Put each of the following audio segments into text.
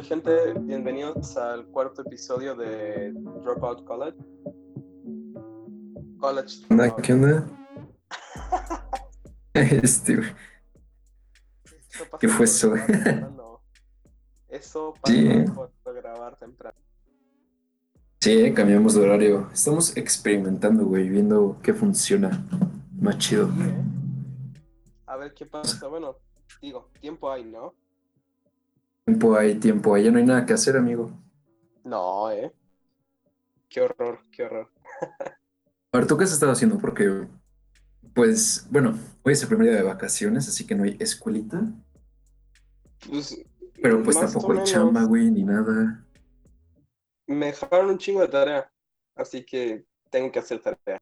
tal, gente? Bienvenidos al cuarto episodio de Dropout College. College ¿Qué onda? Dropout. ¿Qué onda? Güey, Eso ¿qué pasa fue por eso? grabar temprano. Eso Sí, pasa por grabar temprano. sí, cambiamos de horario. Estamos experimentando, güey, viendo qué funciona más chido. Sí, ¿eh? A ver qué pasa. Bueno, digo, tiempo hay, ¿no? Tiempo hay, ya no hay nada que hacer, amigo. No, ¿eh? Qué horror, qué horror. A ver, ¿tú qué has estado haciendo? Porque, pues, bueno, hoy es el primer día de vacaciones, así que no hay escuelita, Pues, pero pues más o tampoco hay chamba, menos. güey, ni nada. Me dejaron un chingo de tarea, así que tengo que hacer tarea.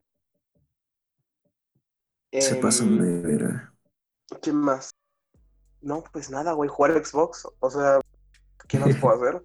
Se pasan Em, de vera. ¿Qué más? No, pues nada, güey, jugar Xbox. O sea, ¿qué más puedo hacer?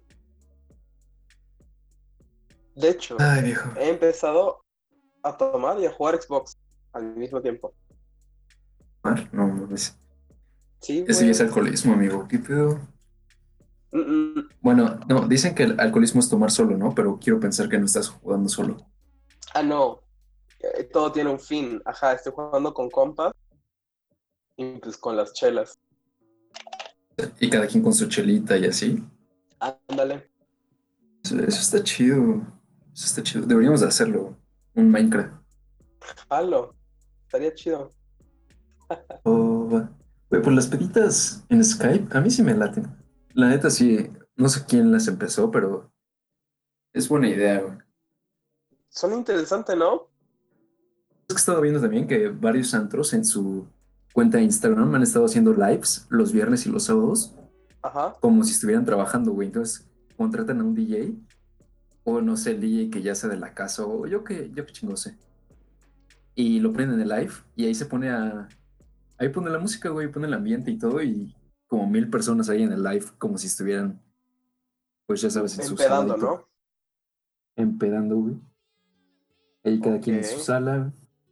De hecho, Ay, viejo. he empezado a tomar y a jugar Xbox al mismo tiempo. No, mames. Sí, Ese ya es güey. alcoholismo, amigo. ¿Qué pedo? Mm, mm. Bueno, no, dicen que el alcoholismo es tomar solo, ¿no? Pero quiero pensar que no estás jugando solo. Ah, no. Todo tiene un fin. Ajá, estoy jugando con compas y pues con las chelas. Y cada quien con su chelita y así. Ándale. Eso está chido. Eso está chido. Deberíamos de hacerlo. Un Minecraft. Halo. Estaría chido. Oh, va. Güey, pues las peditas en Skype, a mí sí me laten. La neta sí, no sé quién las empezó, pero es buena idea, güey. Son interesantes, ¿no? Es que he estado viendo también que varios antros en su cuenta de Instagram han estado haciendo lives los viernes y los sábados, Ajá. como si estuvieran trabajando, güey. Entonces contratan a un DJ, o no sé, el DJ que ya sea de la casa, o yo que chingo sé. Y lo ponen en el live, y ahí se pone a ahí pone la música, güey, pone el ambiente y todo, y como 1000 personas ahí en el live, como si estuvieran, pues ya sabes, en su Empedando, sabadito, ¿no? empedando, güey. Ahí cada Ok. quien en su sala,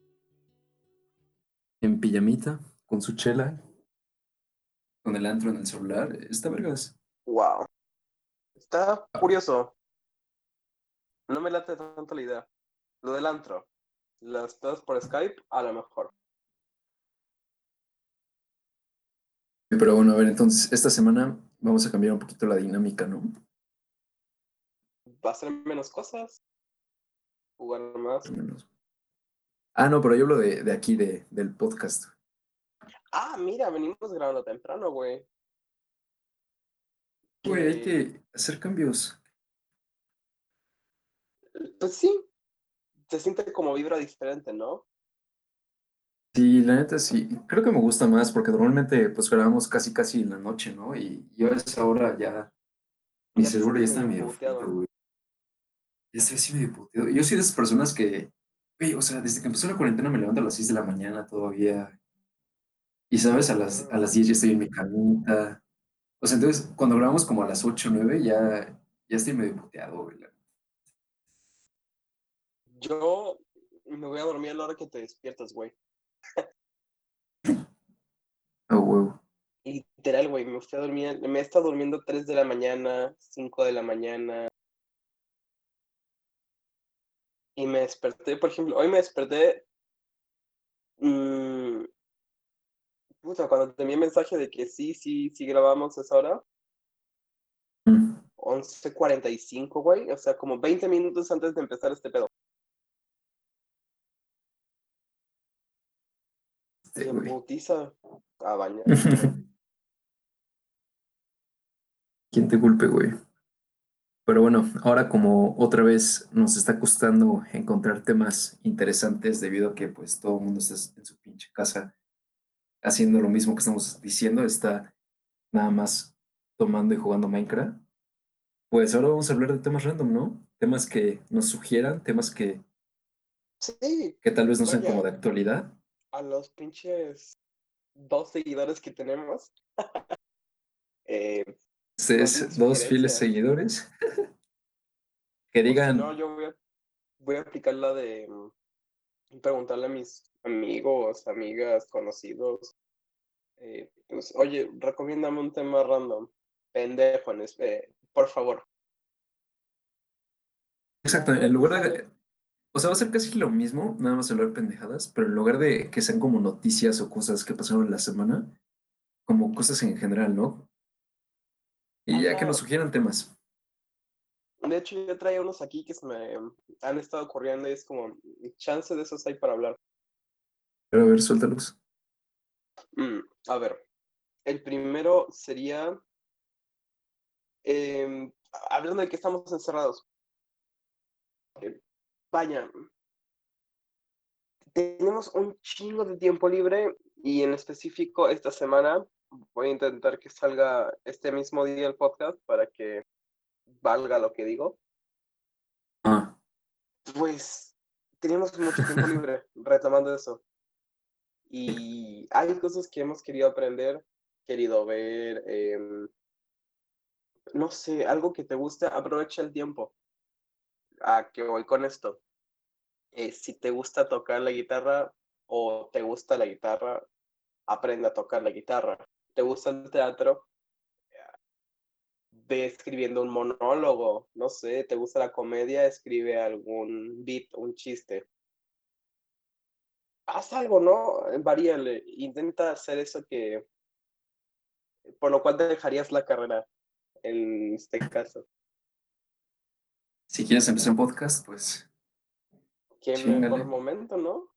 en pijamita, con su chela, con el antro en el celular. Está vergas. Wow. Está curioso. No me late tanto la idea. Lo del antro. Las pedas por Skype, a lo mejor. Pero bueno, a ver, entonces, esta semana vamos a cambiar un poquito la dinámica, ¿no? Va a ser menos cosas. Jugar más. Al menos. Ah, no, pero yo hablo de aquí, del podcast. Ah, mira, venimos grabando temprano, güey. Güey, hay Que, que hacer cambios. pues sí, se siente como vibra diferente, ¿no? Sí, la neta sí. Creo que me gusta más porque normalmente pues grabamos casi casi en la noche, ¿no? Y yo a esa hora ya mi Ya te cerebro ya sientes está medio medio frito, puteado. güey. Ya estoy así medio puteado. Yo soy de esas personas que, güey, o sea, desde que empezó la cuarentena me levanto a las 6 de la mañana todavía. Y sabes, a las Mm. 10 ya estoy en mi camita. O sea, entonces cuando grabamos como a las 8 o 9 ya estoy medio puteado, güey. Yo me voy a dormir a la hora que te despiertas, güey. Ah, huevo. Literal, güey, me fui a dormir, me he estado durmiendo 3 de la mañana, 5 de la mañana, y me desperté, por ejemplo, hoy me desperté, mm, puta, cuando te envié mensaje de que sí grabamos a esa hora, Mm. 11:45, güey, o sea, como 20 minutos antes de empezar este pedo. Y en Güey. putiza a bañarme. ¿Quién te culpe, güey? Pero bueno, ahora como otra vez nos está costando encontrar temas interesantes debido a que pues todo el mundo está en su pinche casa haciendo lo mismo que estamos diciendo, está nada más tomando y jugando Minecraft. Pues ahora vamos a hablar de temas random, ¿no? Temas que nos sugieran, temas Sí, que tal vez no sean como vaya, de actualidad. a los pinches 2 seguidores que tenemos, eh, manden Ustedes, dos fieles sugerencias. seguidores, que O si no, digan, yo voy a aplicar la de preguntarle a mis amigos, amigas, conocidos, pues, oye, recomiéndame un tema random. Pendejo, por favor. Exacto, Nada en te lugar sale. de, o sea, va a ser casi lo mismo, nada más hablar pendejadas, pero en lugar de que sean como noticias o cosas que pasaron en la semana, como cosas en general, ¿no? Y ya que nos Ajá. sugieran temas. De hecho, yo traía unos aquí que se me han estado ocurriendo y es como, chance de esos hay para hablar. Pero a ver, suéltalos. Mm, a ver, el primero sería, em, hablando de que estamos encerrados. eh, Vaya, tenemos un chingo de tiempo libre y en específico esta semana voy a intentar que salga este mismo día el podcast para que valga lo que digo. Ah, Pues tenemos mucho tiempo libre, retomando eso. Y hay cosas que hemos querido aprender, querido ver, no sé, algo que te guste, aprovecha el tiempo. ¿A qué voy con esto? Si te gusta tocar la guitarra o te gusta la guitarra, aprende a tocar la guitarra. ¿Te gusta el teatro? Ve escribiendo un monólogo. No sé, ¿te gusta la comedia? Escribe algún beat, un chiste. Haz algo, ¿no? Varíale. Intenta hacer eso que, por lo cual te dejarías la carrera en este caso. si quieres empezar un podcast, pues Qué mejor chingale. momento, ¿no?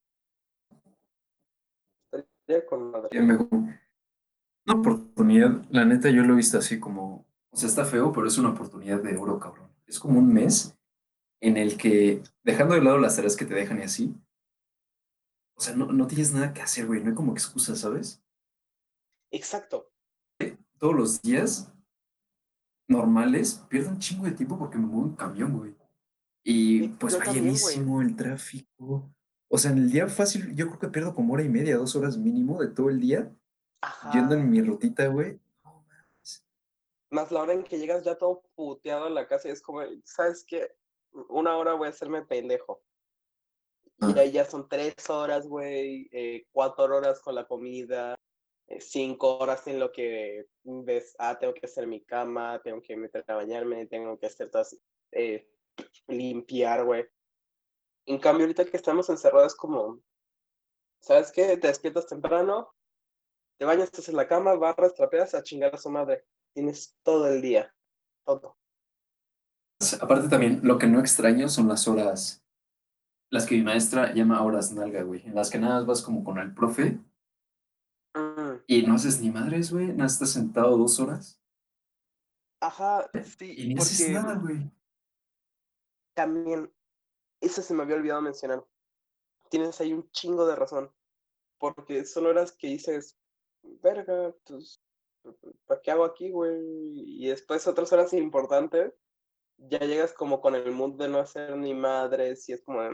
Estaría con madre. Ya me una oportunidad, la neta, yo lo he visto así como, o sea, está feo, pero es una oportunidad de oro, cabrón. Es como un mes en el que, dejando de lado las tareas que te dejan y así, o sea, no tienes nada que hacer, güey, no hay como excusa, ¿sabes? Exacto. Todos los días normales pierdo un chingo de tiempo porque me muevo en camión, güey. Y Y pues yo va también, güey. llenísimo el tráfico. O sea, en el día fácil, yo creo que pierdo como hora y media, 2 horas mínimo de todo el día yendo en Ajá. mi rutita, güey. No mames. Más la hora en que llegas ya todo puteado a la casa y es como, ¿sabes qué? Una hora voy a hacerme pendejo. Y Ah, ahí ya son 3 horas, güey, 4 horas con la comida, 5 horas en lo que ves, tengo que hacer mi cama, tengo que meter a bañarme, tengo que hacer todas, eh, limpiar, güey. En cambio, ahorita que estamos encerrados, como, ¿sabes qué? Te despiertas temprano, te bañas, te haces la cama, barras, trapeas, a chingar a su madre. Tienes todo el día, todo. aparte también, lo que no extraño son las horas, las que mi maestra llama horas nalga, güey, en las que nada más vas como con el profe Mm, y no haces ni madres, güey, nada, estás sentado 2 horas ajá, sí, y ni haces porque nada, güey. también, eso se me había olvidado mencionar. Tienes ahí un chingo de razón, porque son horas que dices, verga, pues, ¿para qué hago aquí, güey? Y después otras horas importantes, ya llegas como con el mood de no hacer ni madres, y es como,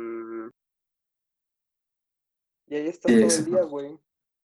y ahí estás Sí, todo el día, exacto. güey.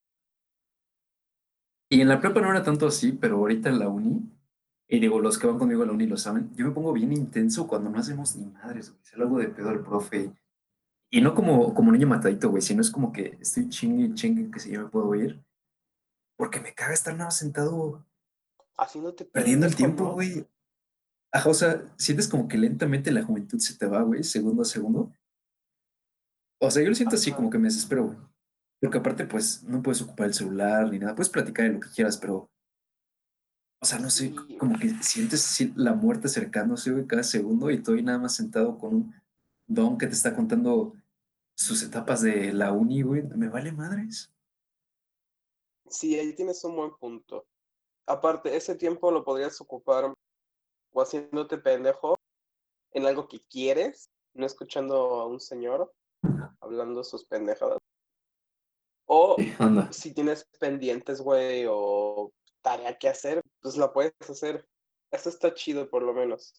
Y en la prepa no era tanto así, pero ahorita en la uni, y digo, los que van conmigo a la uni lo saben, yo me pongo bien intenso cuando no hacemos ni madres, güey. Se lo hago de pedo al profe. Y no como niño matadito, güey, sino es como que estoy chingue y chingue que si yo me puedo ir. Porque me caga estar nada más sentado Haciéndote perdiendo el pendejo, tiempo, ¿no? güey. Ajá, o sea, sientes como que lentamente la juventud se te va, güey, segundo a segundo. O sea, yo lo siento así, como Ajá, que me desespero, güey. Porque aparte, pues, no puedes ocupar el celular ni nada. Puedes platicar de lo que quieras, pero, o sea, no sé, sí, como que sientes la muerte acercándose, güey, cada segundo y estoy nada más sentado con un don que te está contando sus etapas de la uni, güey. Me vale madres. sí, ahí tienes un buen punto. Aparte, ese tiempo lo podrías ocupar o haciéndote pendejo en algo que quieres, no escuchando a un señor hablando sus pendejadas. O Anda. si tienes pendientes, güey, o tarea que hacer, pues la puedes hacer. Esto está chido, por lo menos.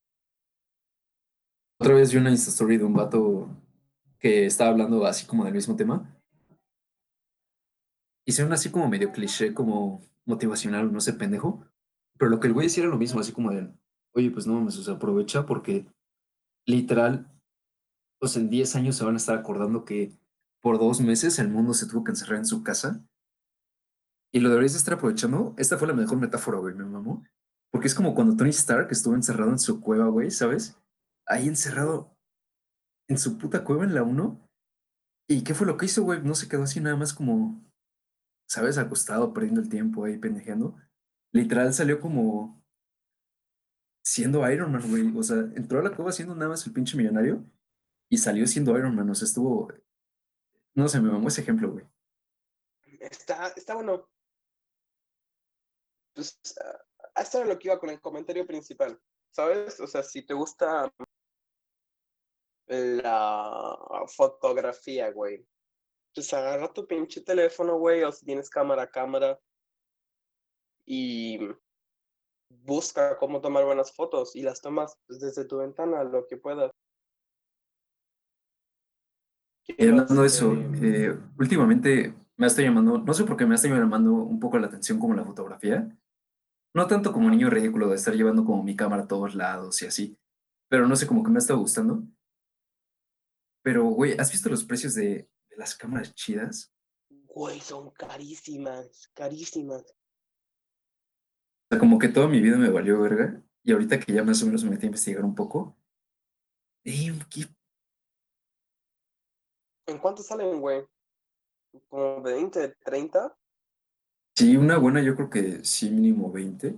Otra vez vi una Insta Story de un vato que estaba hablando así como del mismo tema. Hicieron así como medio cliché, como motivacional, no sé, pendejo. Pero lo que el güey decía era lo mismo, así como de, oye, pues no mames, o sea, aprovecha porque literal, pues en 10 años se van a estar acordando que por 2 meses el mundo se tuvo que encerrar en su casa y lo deberías de estar aprovechando. Esta fue la mejor metáfora, güey, me mamó. Porque es como cuando Tony Stark estuvo encerrado en su cueva, güey, ¿sabes? Ahí Ujú. encerrado en su puta cueva en la uno. ¿Y qué fue lo que hizo, güey? No se quedó así nada más como, ¿sabes? Acostado, perdiendo el tiempo ahí pendejeando. Literal salió como siendo Iron Man, güey. O sea, entró a la cueva siendo nada más el pinche millonario y salió siendo Iron Man. O sea, estuvo, no sé, me mamó ese ejemplo, güey. Está bueno. Pues, esto era lo que iba con el comentario principal, ¿sabes? O sea, si te gusta la fotografía, güey, pues agarra tu pinche teléfono, güey, o si tienes cámara, y busca cómo tomar buenas fotos y las tomas pues, desde tu ventana, lo que puedas. Y Quiero hablando de hacer... eso, últimamente me ha estado llamando, no sé por qué me ha estado llamando un poco la atención como la fotografía. No tanto como Ajá. niño ridículo de estar llevando como mi cámara a todos lados y así. Pero no sé, como que me ha estado gustando. Pero, güey, ¿has visto los precios de las cámaras chidas? Güey, son carísimas, carísimas. O sea, como que toda mi vida me valió verga. Y ahorita que ya más o menos me metí a investigar un poco. ¿Qué? ¿En cuánto salen, güey? ¿Como 20, 30? Sí, una buena yo creo que sí, mínimo 20.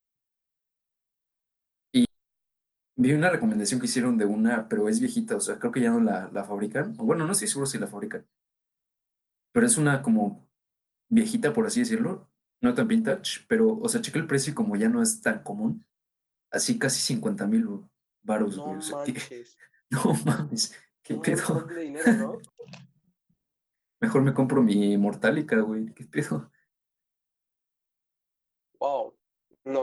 Y vi una recomendación que hicieron de una, pero es viejita, o sea, creo que ya no la fabrican. O bueno, no estoy seguro si la fabrican, pero es una como viejita, por así decirlo. No tan vintage, pero, o sea, checa el precio y como ya no es tan común. Así casi 50,000 varos, No güey. O sea, que manches. no mames, qué Un pedo. montón de dinero, ¿no? Mejor me compro mi Mortálica, güey. ¿Qué pedo? Wow. No,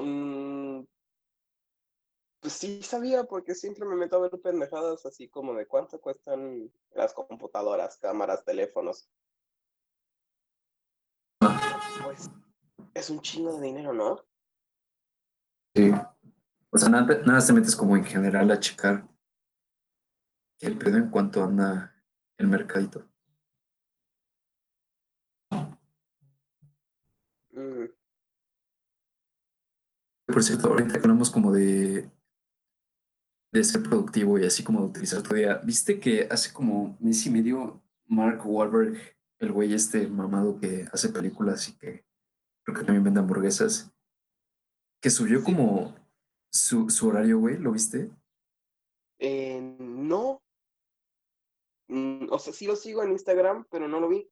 pues sí sabía porque siempre me meto a ver pendejadas así como de cuánto cuestan las computadoras, cámaras, teléfonos. Pero pues es un chingo de dinero, ¿no? Sí. O sea, nada te metes como en general a checar el pedo en cuanto anda el mercadito. Mm, Por cierto, ahorita que hablamos como de ser productivo y así como de utilizar tu día, ¿viste que hace como mes y medio Mark Wahlberg, el güey este mamado que hace películas y que creo que también vende hamburguesas, que subió sí. como su horario, güey? ¿Lo viste? No. O sea, sí lo sigo en Instagram, pero no lo vi.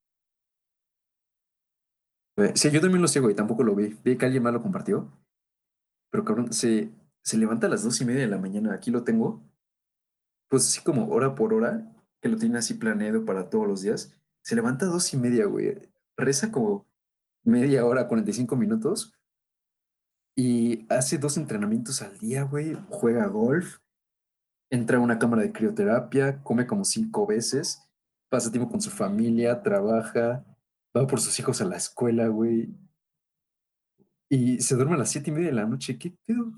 Sí, yo también lo sigo y tampoco lo vi. Vi que alguien más lo compartió, pero cabrón, se levanta a las 2:30 de la mañana. Aquí lo tengo, pues así como hora por hora, que lo tiene así planeado para todos los días. Se levanta a 2:30, güey. Reza como media hora, 45 minutos y hace 2 entrenamientos al día, güey. Juega golf, entra a una cámara de crioterapia, come como 5 veces, pasa tiempo con su familia, trabaja, va por sus hijos a la escuela, güey. Y se duerme a las 7:30 de la noche. ¿Qué pedo?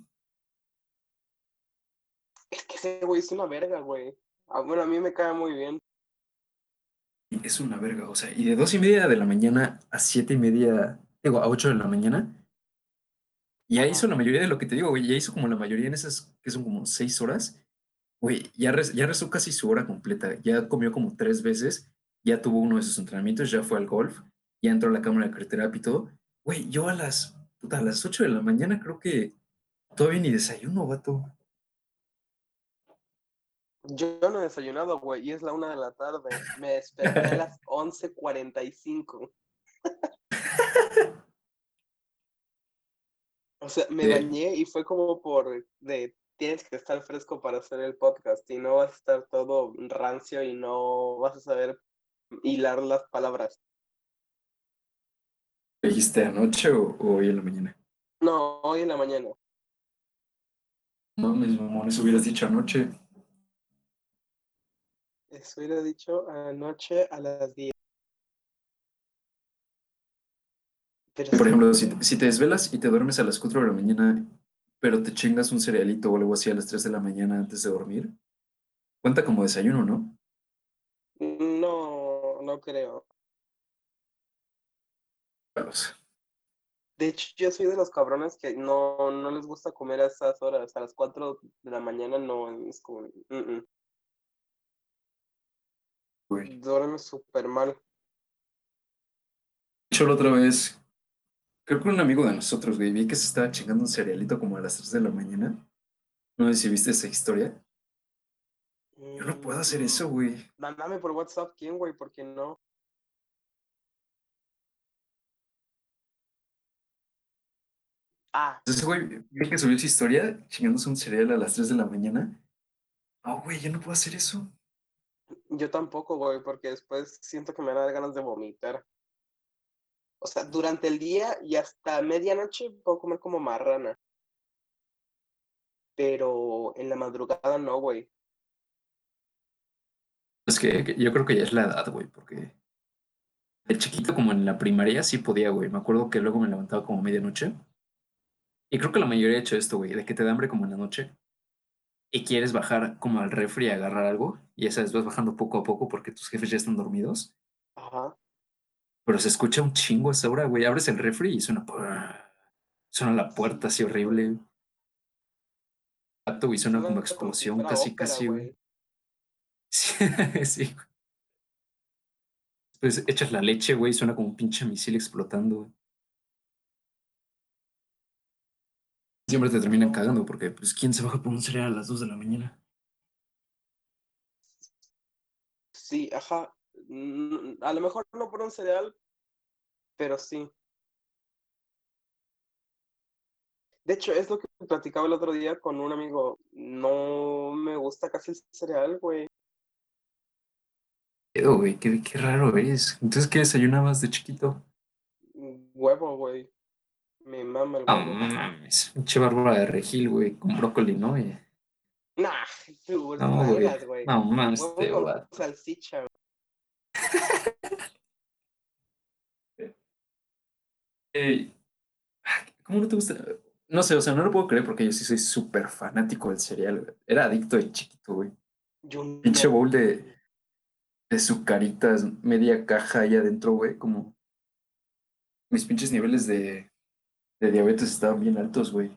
Es que ese güey es una verga, güey. Bueno, a mí me cae muy bien. Es una verga, o sea, y de 2:30 de la mañana a 7:30, digo, a 8 de la mañana, ya hizo Ajá. la mayoría de lo que te digo, güey, ya hizo como la mayoría en esas que son como 6 horas, güey, ya rezó casi su hora completa, ya comió como 3 veces, ya tuvo uno de sus entrenamientos, ya fue al golf, ya entró a la cámara de crioterapia y todo. Güey, yo puta, a las 8 de la mañana creo que todavía ni desayuno, vato. Yo no he desayunado, güey, y es la 1 de la tarde. Me desperté a las 11:45. O sea, me Eh, bañé y fue como tienes que estar fresco para hacer el podcast y no vas a estar todo rancio y no vas a saber hilar las palabras. ¿Dijiste anoche o hoy en la mañana? No, hoy en la mañana. No, mis mamones hubieras dicho anoche. Eso hubiera dicho anoche a las 10. Pero Por sí, ejemplo, si te desvelas y te duermes a las 4 de la mañana, pero te chingas un cerealito o algo así a las 3 de la mañana antes de dormir, cuenta como desayuno, ¿no? no, no creo. Vamos. De hecho, yo soy de los cabrones que no les gusta comer a esas horas. A las 4 de la mañana no, es como, güey. duerme súper mal. De hecho, la otra vez, creo que un amigo de nosotros, güey, vi que se estaba chingando un cerealito como a las 3 de la mañana. No sé si viste esa historia. Yo no puedo hacer eso, güey. Mándame por WhatsApp quién, güey, porque no. Ah, Entonces, güey, vi que subió su historia chingándose un cereal a las 3 de la mañana. No, güey, yo no puedo hacer eso. yo tampoco, güey, porque después siento que me van a dar ganas de vomitar. O sea, durante el día y hasta medianoche puedo comer como marrana, pero en la madrugada no, güey. Es que yo creo que ya es la edad, güey, porque de chiquito, como en la primaria, sí podía, güey. Me acuerdo que luego me levantaba como a medianoche. Y creo que la mayoría ha hecho esto, güey, de que te da hambre como en la noche y quieres bajar como al refri a agarrar algo. Y esa vez vas bajando poco a poco porque tus jefes ya están dormidos. Ajá. Pero se escucha un chingo a esa hora, güey. Abres el refri y suena, suena la puerta así Sí, horrible. güey. Acto, güey, suena como Suena como si explosión, fuera casi, ópera, casi, güey. güey. Sí, sí. Después echas la leche, güey, suena como un pinche misil explotando, güey. Siempre te terminan cagando No, porque, pues, ¿quién se baja por un cereal a las 2 de la mañana? sí, ajá. A lo mejor no por un cereal, pero sí. De hecho, es lo que platicaba el otro día con un amigo. No me gusta casi el cereal, güey. Güey, qué raro eres. Entonces, ¿qué desayunabas de chiquito? Huevo, güey. Me mama el No huevo. mames, pinche bárbara de regil, güey, con brócoli, ¿no? Nah, tus No, güey, nalgas, güey. no mames, Huevo este con vato. salchicha. Ey, ¿cómo no te gusta? No sé, o sea, no lo puedo creer porque yo sí soy súper fanático del cereal, güey. Era adicto de chiquito, güey. Yo Pinche no, bowl güey. de sucaritas, media caja ahí adentro, güey, como mis pinches niveles de diabetes estaban bien altos, güey.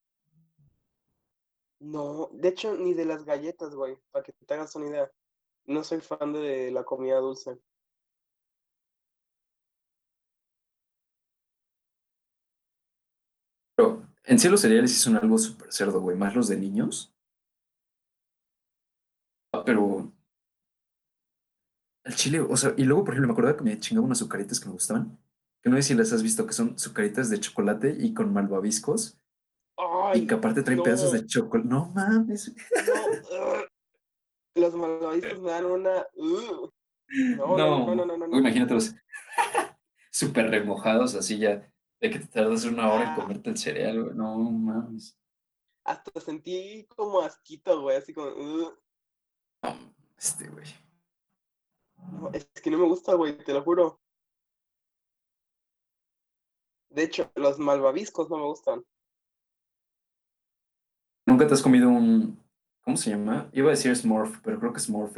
No, de hecho, ni de las galletas, güey, para que te hagas una idea. No soy fan de la comida dulce. Pero en sí los cereales sí son algo súper cerdo, güey, más los de niños. Pero el chile, o sea, y luego, por ejemplo, me acuerdo que me chingaba unas sucaritas que me gustaban, que no sé si las has visto, que son sucaritas de chocolate y con malvaviscos, y que Ay, aparte traen pedazos no, de chocolate. No mames. no. Los malvaviscos me dan una. No, no, no, no, No, no, no, güey, no. imagínatelos súper remojados, así ya, de que te tardas una hora en Ah, comerte el cereal, güey. No mames. hasta sentí como asquito, güey, así como. Güey. No, es que no me gusta, güey, te lo juro. De hecho, los malvaviscos no me gustan. ¿Nunca te has comido un, ¿cómo se llama? Iba a decir Smurf, pero creo que Smurf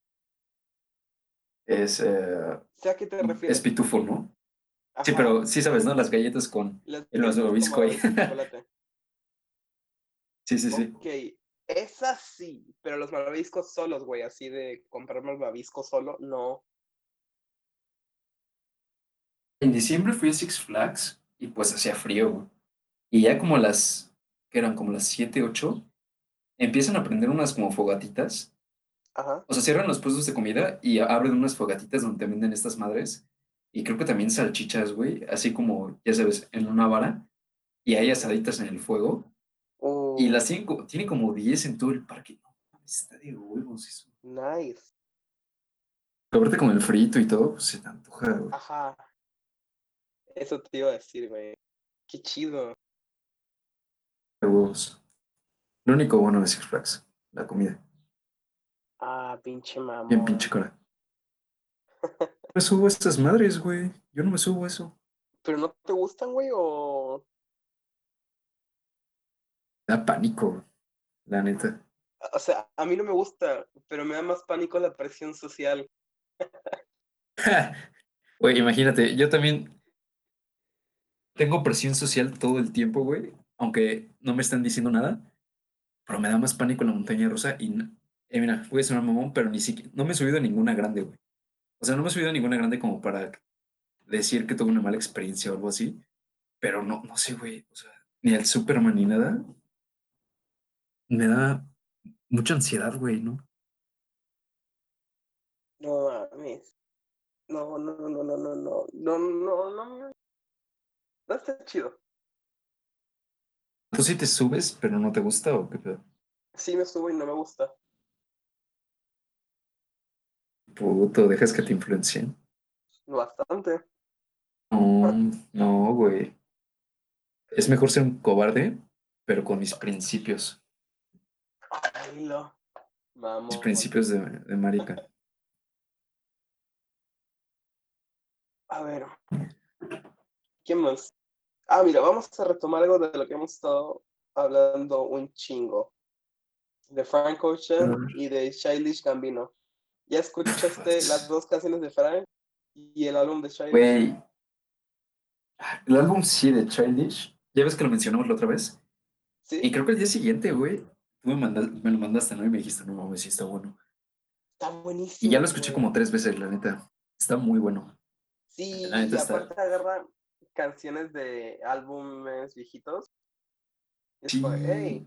es, eh, Sé a qué te es refieres. pitufo, ¿no? Sí, Ajá, pero sí sabes, ¿no? Las galletas con las el galletas con malvavisco ahí. malvavisco y chocolate. Sí, sí, sí. Ok, esas sí, pero los malvaviscos solos, güey, así de comprar malvavisco solo, no. En diciembre fui a Six Flags y pues hacía frío, güey. Y ya como que eran como las 7 8 empiezan a prender unas como fogatitas. Ajá. O sea, cierran los puestos de comida y abren unas fogatitas donde te venden estas madres. Y creo que también salchichas, güey, así como, ya sabes, en una vara. Y hay Ujú. asaditas en el fuego. Y las tienen, tiene como 10 en todo el parque. No, mames, está de huevos eso. Nice. Aparte con el frito y todo, pues se te antoja, güey. Ajá, eso te iba a decir, güey. Qué chido. De huevos. Lo único bueno de Six Flags, la comida. Ah, pinche Bien pinche mamón. cara. Me subo a estas madres, güey. Yo no me subo a eso. ¿Pero no te gustan, güey? O... Me da pánico, la neta. O sea, a mí no me gusta, pero me da más pánico la presión social. Güey, imagínate, yo también tengo presión social todo el tiempo, güey, aunque no me están diciendo nada, pero me da más pánico la montaña rusa y, mira, voy a sonar mamón, pero ni siquiera, no me he subido a ninguna grande, güey. O sea, no me he subido a ninguna grande como para decir que tuve una mala experiencia o algo así, pero no sé, güey, o sea, ni al Superman ni nada, me da mucha ansiedad, güey, ¿no? No mames. No, no, no, no, no, no, no, no, no, no, no está chido. Tú sí te subes, pero no te gusta o qué pedo. Sí me subo y no me gusta. Puto, dejas que te influencien. Bastante. No, no, güey. Es mejor ser un cobarde, pero con mis principios. Ay, no. Mis Mamón. principios de marica. A ver, ¿quién más? Ah, mira, vamos a retomar algo de lo que hemos estado hablando un chingo. De Frank Ocean y de Childish Gambino. ¿Ya escuchaste las dos canciones de Frank y el álbum de Childish? Güey, el álbum sí de Childish, ya ves que lo mencionamos la otra vez. Y ¿Sí? creo que el día siguiente, güey, me lo mandaste, ¿no? Y me dijiste, no mames, sí está bueno. Está Y ya buenísimo, lo escuché güey. como 3 veces, la neta. Está muy bueno. La Sí, neta y está. aparte agarra canciones de álbumes viejitos. Y es como, Sí. hey,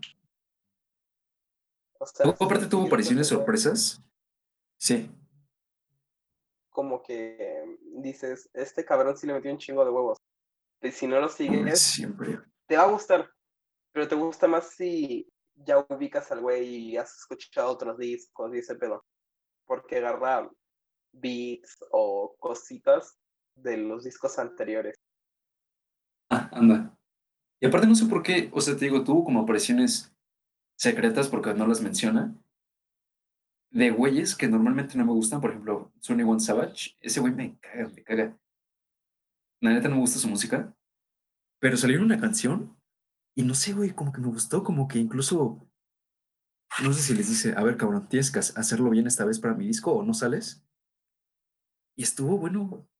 o sea, Luego, sí aparte tuvo sigues con apariciones tu güey. sorpresas. Sí. Como que dices, este cabrón sí le metió un chingo de huevos. Y si no lo Hombre, sigues, siempre. te va a gustar, pero te gusta más si ya ubicas al güey y has escuchado otros discos y ese pedo. Porque agarra beats o cositas de los discos anteriores. Ah, anda. Y aparte no sé por qué, o sea, te digo, tuvo como apariciones secretas porque no las menciona, de güeyes que normalmente no me gustan, por ejemplo, 21 Savage, ese güey me caga, me caga. La neta no me gusta su música, pero salió una canción y no sé, güey, como que me gustó, como que incluso, no sé si les dice, a ver, cabrón, tienes que hacerlo bien esta vez para mi disco o no sales. Y estuvo bueno.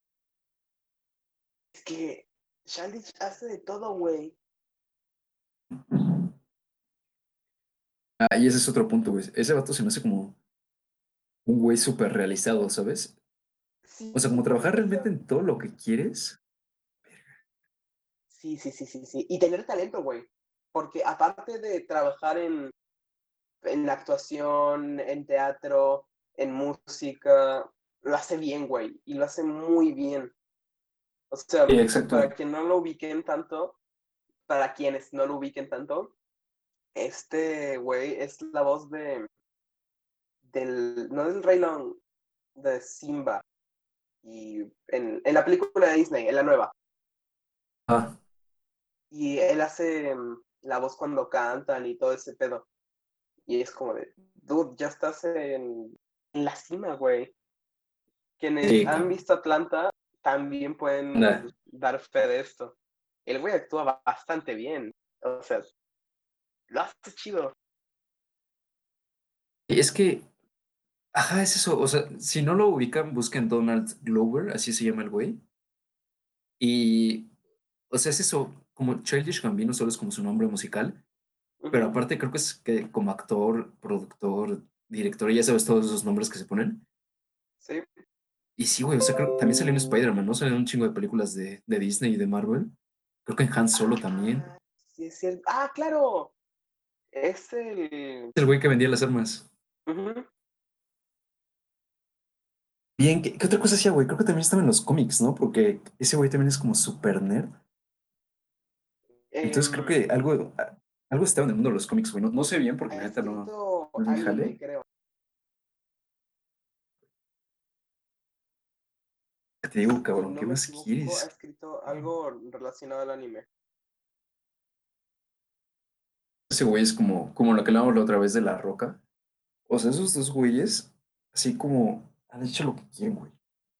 Es que Childish hace de todo, güey. Ah, y ese es otro punto, güey. Ese vato se me hace como un güey súper realizado, ¿sabes? O sea, como Sí, trabajar güey, o realmente sea, en todo lo que quieres. sí, sí, sí, sí, sí. Y tener talento, güey. Porque aparte de trabajar en la actuación, en teatro, en música, lo hace bien, güey. Y lo hace muy bien. O sea, para Exacto. quien no lo ubiquen tanto, para quienes no lo ubiquen tanto, este güey es la voz no del Rey León, de Simba. Y en la película de Disney, en la nueva. Ah, Y él hace la voz cuando cantan y todo ese pedo. Y es como de, dude, ya estás en la cima, güey. Quienes sí, han cabrón. visto Atlanta también Anda. pueden dar fe de esto. El güey actúa bastante bien. O sea, lo hace chido. Es que, ajá, es eso. O sea, si no lo ubican, busquen Donald Glover, así se llama el güey. Y, o sea, es eso. Como Childish Gambino solo es como su nombre musical. Pero Ujú. aparte creo que es que como actor, productor, director, ya sabes todos esos nombres que se ponen. Sí. Y sí, güey, o sea, creo que también salió en Spider-Man, ¿no? Salió en un chingo de películas de Disney y de Marvel. Creo que en Han Solo también. Ah, sí es cierto. Ah, claro. Es el. Es el güey que vendía las armas. Ujú. Bien, ¿qué otra cosa hacía, güey? Creo que también estaba en los cómics, ¿no? Porque ese güey también es como super nerd. Entonces creo que Em, algo estaba en el mundo de los cómics, güey. No sé bien porque ha la neta no, escrito no es mi anime, jale. creo. Te digo, Si cabrón, no ¿qué me más equivoco, ha quieres? escrito algo relacionado al anime. Ese güey es como lo que hablábamos la otra vez de La Roca. O sea, esos dos güeyes, así como han hecho lo que quieren, güey.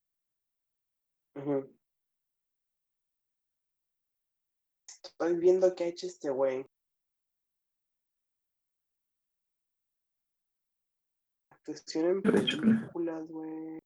Ujú. Estoy viendo qué ha hecho este güey. Actuación en De hecho, películas, güey.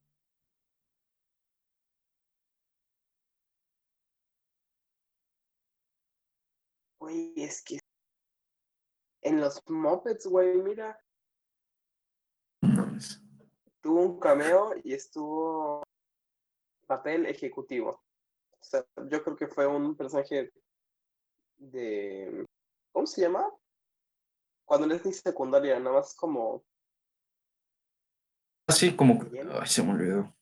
Güey, es que en los Muppets, güey, mira, No mames. tuvo un cameo y estuvo papel ejecutivo. O sea, yo creo que fue un personaje de... ¿Cómo se llama? Cuando no es ni secundaria, nada más como... Así como. ¿Relleno? Ay, se me olvidó.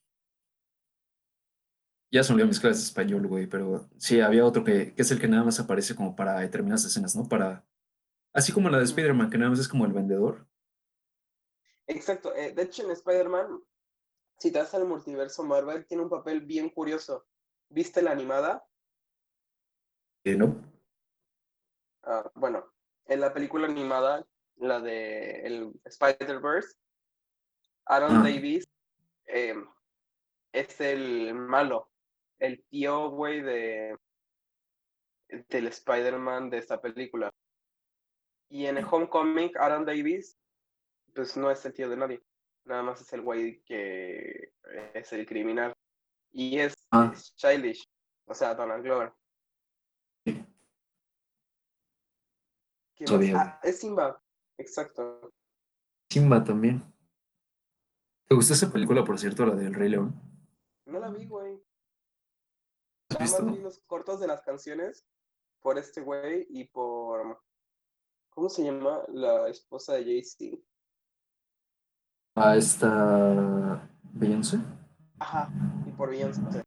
Ya se me olvidó mis clases de español, güey, pero sí, había otro que es el que nada más aparece como para determinadas escenas, ¿no? Para. Así como la de Ujú. Spider-Man, que nada más es como el vendedor. Exacto. De hecho, en Spider-Man, si te vas al multiverso Marvel, tiene un papel bien curioso. ¿Viste la animada? ¿No? Bueno, en la película animada, la de el Spider-Verse, Aaron Ah, Davis eh, es el malo, el tío, güey, del Spider-Man de esta película. Y en Homecoming, Aaron Davis, pues no es el tío de nadie. Nada más es el güey que es el criminal. Y ah, es Childish, o sea, Donald Glover. sí, ¿Qué más? sabía, güey. Ah, es Simba. Exacto. Simba también. ¿Te gustó esa película, por cierto, la del Rey León? No la vi, güey. ¿Has Nada más vi visto? los cortos de las canciones por este güey y por... ¿Cómo se llama? La esposa de Jay-Z. Ah, esta. Beyoncé. Ajá, y por Beyoncé.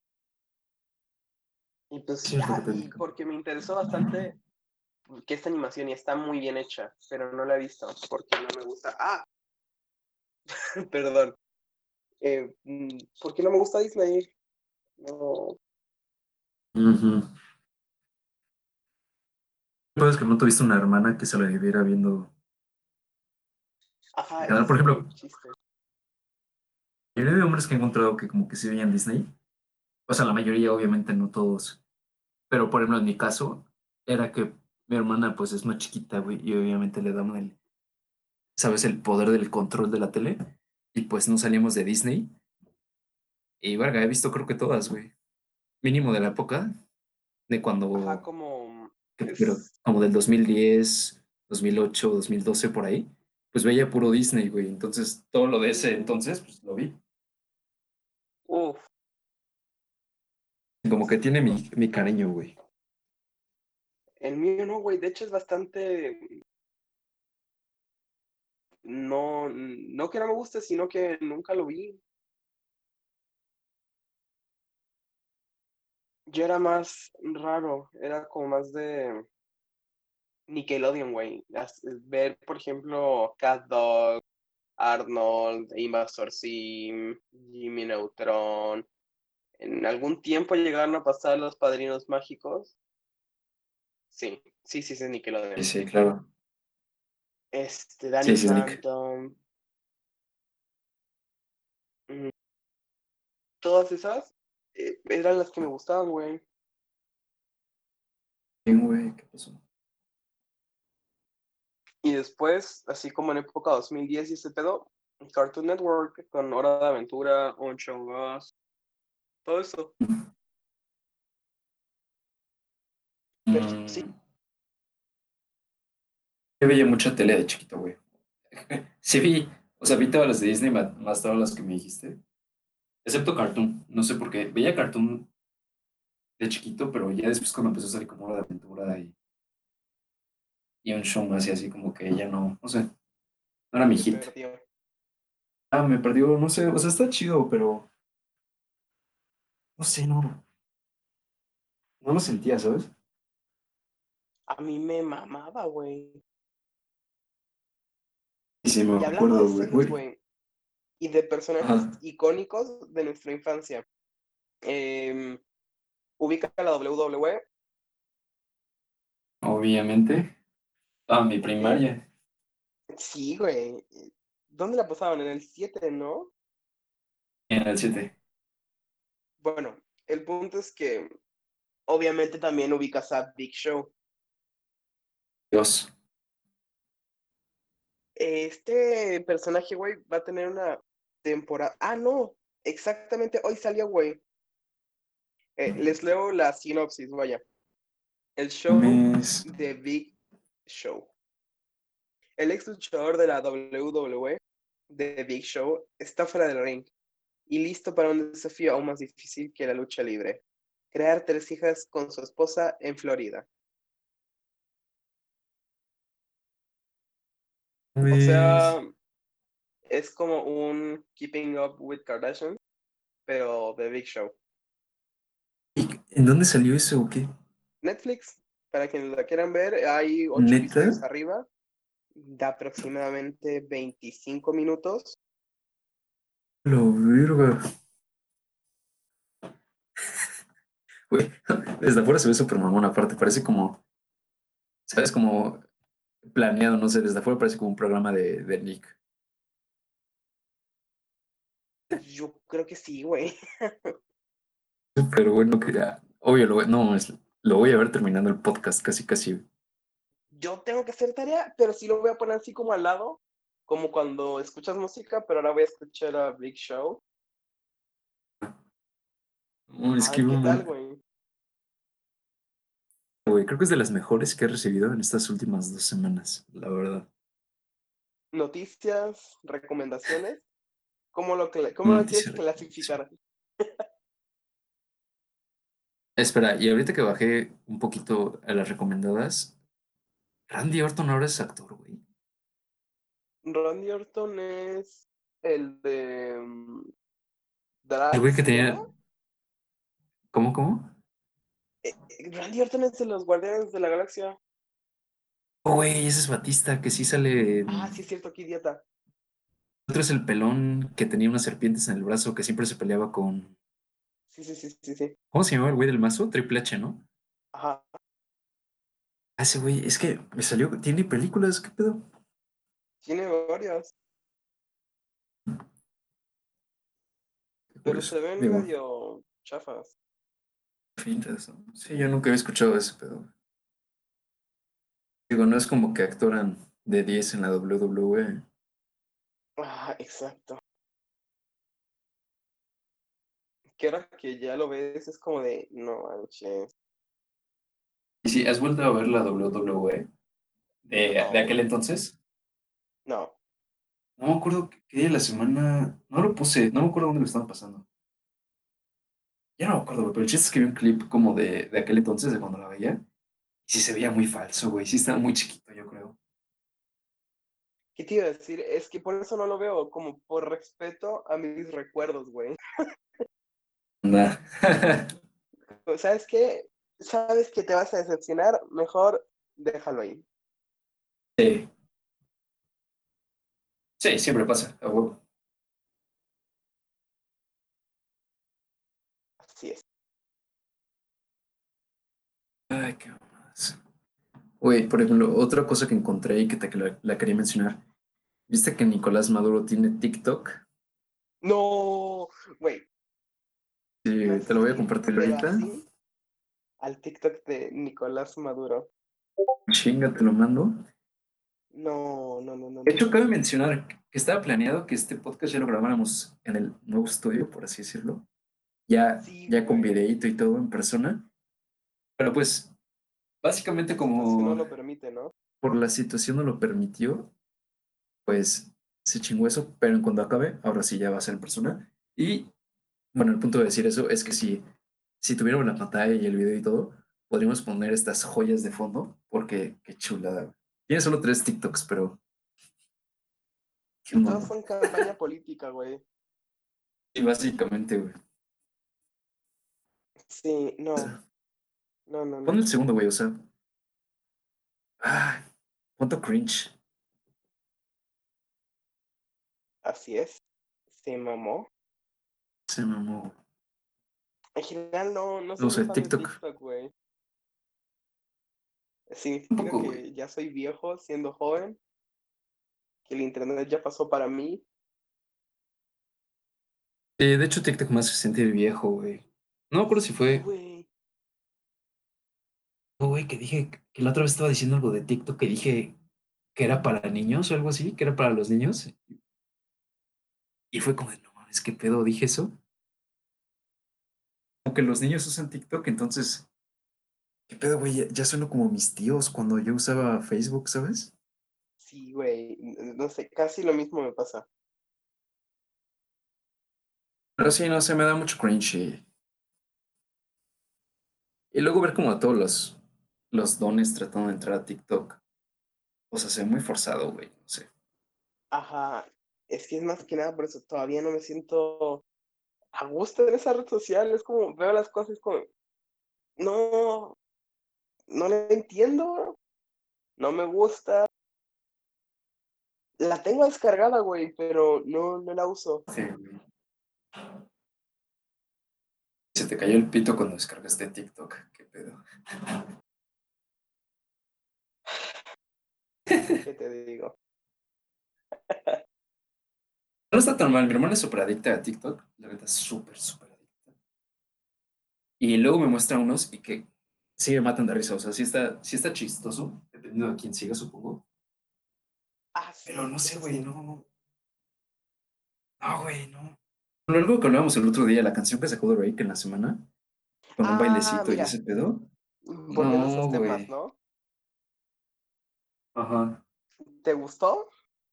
Y pues Sí, es lo que ya, te y indico. porque me interesó bastante que esta animación y está muy bien hecha, pero no la he visto porque no me gusta. Ah, perdón. ¿Por qué no me gusta Disney? No. Ujú. Puedes que no tuviste una hermana que se la viviera viendo Ajá, el ese canal. Por es ejemplo, el chiste. la mayoría de hombres que he encontrado que como que sí veían Disney, o sea, la mayoría, obviamente no todos, pero por ejemplo en mi caso, era que mi hermana pues es más chiquita, güey, y obviamente le daban el, ¿sabes? El poder del control de la tele, y pues no salíamos de Disney, y verga, he visto creo que todas, güey, mínimo de la época, de Ajá, cuando, como pero es... como del 2010, 2008, 2012 por ahí, pues veía puro Disney, güey, entonces todo lo de ese Uh, entonces, pues lo vi. uf, Como que sí, tiene mi cariño, güey. el mío no, güey. De hecho es bastante... No, no que no me guste, sino que nunca lo vi. Yo era más raro, era como más de Nickelodeon, güey. Ver, por ejemplo, Cat Dog, Arnold, Invasor Sim, Jimmy Neutron. En algún tiempo llegaron a pasar Los Padrinos Mágicos. Sí, sí, sí, sí, es Sí, Nickelodeon. sí, claro. Danny Sí, sí, es Nick. Phantom. mm, Todas esas eran las que me gustaban, güey. Bien, güey, ¿qué pasó? Y después, así como en época 2010 y ese pedo, Cartoon Network con Hora de Aventura, Un Show Más, todo eso. De hecho, sí, Mm, yo veía mucha tele de chiquito, güey. Sí vi, o sea, vi todas las de Disney, más todas las que me dijiste. Excepto Cartoon, no sé por qué. Veía Cartoon de chiquito, pero ya después cuando empezó a salir como Hora de Aventura y un show más y así como que ya no, no sé, no era mi te hit. perdió. Ah, me perdió, no sé, o sea, está chido, pero no sé, no lo sentía, ¿sabes? A mí me mamaba, güey. Y sí, me Y hablando de acuerdo, güey. series, Güey. güey, y de personajes Ajá, icónicos de nuestra infancia. Eh, Ubica la WWE. obviamente. Ah, mi Eh, primaria. sí, güey. ¿Dónde la pasaban? En el 7, ¿no? En el 7. Bueno, el punto es que obviamente también ubicas a Big Show. Dios. Este personaje, güey, va a tener una temporada. Ah, no, exactamente, hoy salió, güey. Les leo la sinopsis, vaya. El show Mes. de Big Show. El ex luchador de la WWE, The Big Show, está fuera del ring y listo para un desafío aún más difícil que la lucha libre: crear 3 hijas con su esposa en Florida. O Mes. sea, es como un Keeping Up with Kardashian, pero The Big Show. ¿En dónde salió eso o qué? Netflix, para quienes la quieran ver, hay 8 ¿Neta? episodios arriba, de aproximadamente 25 minutos. Lo verga. Güey, desde afuera se ve súper mamón aparte, parece como, ¿sabes? Como planeado, no sé, desde afuera parece como un programa de Nick. Yo creo que sí, güey. Pero bueno, que ya, obvio, no, lo voy a ver terminando el podcast, casi, casi. Yo tengo que hacer tarea, pero sí lo voy a poner así como al lado, como cuando escuchas música, pero ahora voy a escuchar a Big Show. No, es A que, ver qué tal, bueno, güey. güey, creo que es de las mejores que he recibido en estas últimas 2 semanas, la verdad. Noticias, recomendaciones. ¿Cómo lo quieres Noticia, recomendación. clasificar? Espera, y ahorita que bajé un poquito a las recomendadas, Randy Orton ahora es actor, güey. Randy Orton es el de El Drag, güey que ¿se llama? tenía, ¿cómo, cómo? Randy Orton es de los Guardianes de la Galaxia. Oh, güey, ese es Batista, que sí sale Ah, sí en... es cierto, qué idiota. Otro es el pelón que tenía unas serpientes en el brazo, que siempre se peleaba con... Sí, sí, sí, sí, sí. ¿Cómo se llamaba el güey del mazo? Triple H, ¿no? Ajá. Ah, ese güey, es que me salió, tiene películas, ¿qué pedo? Tiene varias, Qué pero curioso. se ven Digo, medio chafas. fintas, ¿no? Sí, yo nunca había escuchado ese pedo. Digo, no es como que actoran de 10 en la WWE. Ah, exacto. Que ahora que ya lo ves es como de, no manches. Y sí, ¿has vuelto a ver la WWE de No, aquel entonces? no. No me acuerdo qué día de la semana. No lo puse, no me acuerdo dónde lo estaban pasando. Ya no me acuerdo, güey, pero el chiste es que vi un clip como de aquel entonces, de cuando la veía. Y sí se veía muy falso, güey. Sí estaba muy chiquito, yo creo. ¿Qué te iba a decir? Es que por eso no lo veo, como por respeto a mis recuerdos, güey. Nah. ¿Sabes qué? ¿Sabes que te vas a decepcionar? Mejor déjalo ahí. Sí, sí, siempre pasa, a huevo. Así es. Ay, qué más. Güey, por ejemplo, otra cosa que encontré y que la quería mencionar. ¿Viste que Nicolás Maduro tiene TikTok? No, güey, me Sí, te lo haces voy a ir, compartir pero ahorita. así, al TikTok de Nicolás Maduro. Chinga, te lo mando. No, no, no, no, De no, hecho, no. cabe mencionar que estaba planeado que este podcast ya lo grabáramos en el nuevo estudio, por así decirlo. Ya, Sí, ya con güey. videíto y todo en persona. Pero pues, básicamente La situación no como lo permite, ¿no? por la situación no lo permitió, pues se chingó eso. Pero en cuanto acabe, ahora sí ya va a ser en persona. Y bueno, el punto de decir eso es que si tuviéramos la pantalla y el video y todo, podríamos poner estas joyas de fondo, porque qué chulada. Tiene solo 3 TikToks, pero qué Y todos mamón. son campaña política, güey. Y básicamente, güey. Sí, O no, sea, no, no, pon no. el segundo, güey, o sea, ah, cuánto cringe. Así es. Se mamó. Se mamó. En general no No soy muy sé, fan de TikTok. TikTok, güey. Significa Tampoco, güey. que ya soy viejo siendo joven, que el internet ya pasó para mí. De hecho, TikTok más se siente viejo, güey. No me acuerdo si Sí, fue, güey. oh, güey, que dije que la otra vez estaba diciendo algo de TikTok que dije que era para niños o algo así, que era para los niños. Y fue como de, no mames, ¿qué pedo? Dije eso. Como que los niños usan TikTok, entonces ¿Qué pedo, güey? Ya sueno como mis tíos cuando yo usaba Facebook, ¿sabes? Sí, güey, no sé, casi lo mismo me pasa. Pero sí, no sé, me da mucho cringe. Y luego ver como a todos los dones tratando de entrar a TikTok. O sea, se ve muy forzado, güey. No sé. Ajá, es que es más que nada por eso todavía no me siento a gusto en esa red social. Es como, veo las cosas como, no, no la entiendo, no me gusta. La tengo descargada, güey, pero no la uso. Sí, güey. Se te cayó el pito cuando descargaste TikTok. ¿Qué pedo? ¿Qué te digo? No está tan mal. Mi hermana es súper adicta a TikTok. La verdad, súper, súper adicta. Y luego me muestra unos y que sí me matan de risa. O sea, sí está chistoso, dependiendo de quién siga, supongo. Ah, Pero sí, no sé, eso güey, sí. no. No, güey, no. Bueno, algo que hablábamos el otro día, la canción que sacó Drake en la semana, con un Ah, bailecito y mira, ese pedo. volviendo a No, esos temas, güey. ¿no? Ajá. ¿Te gustó?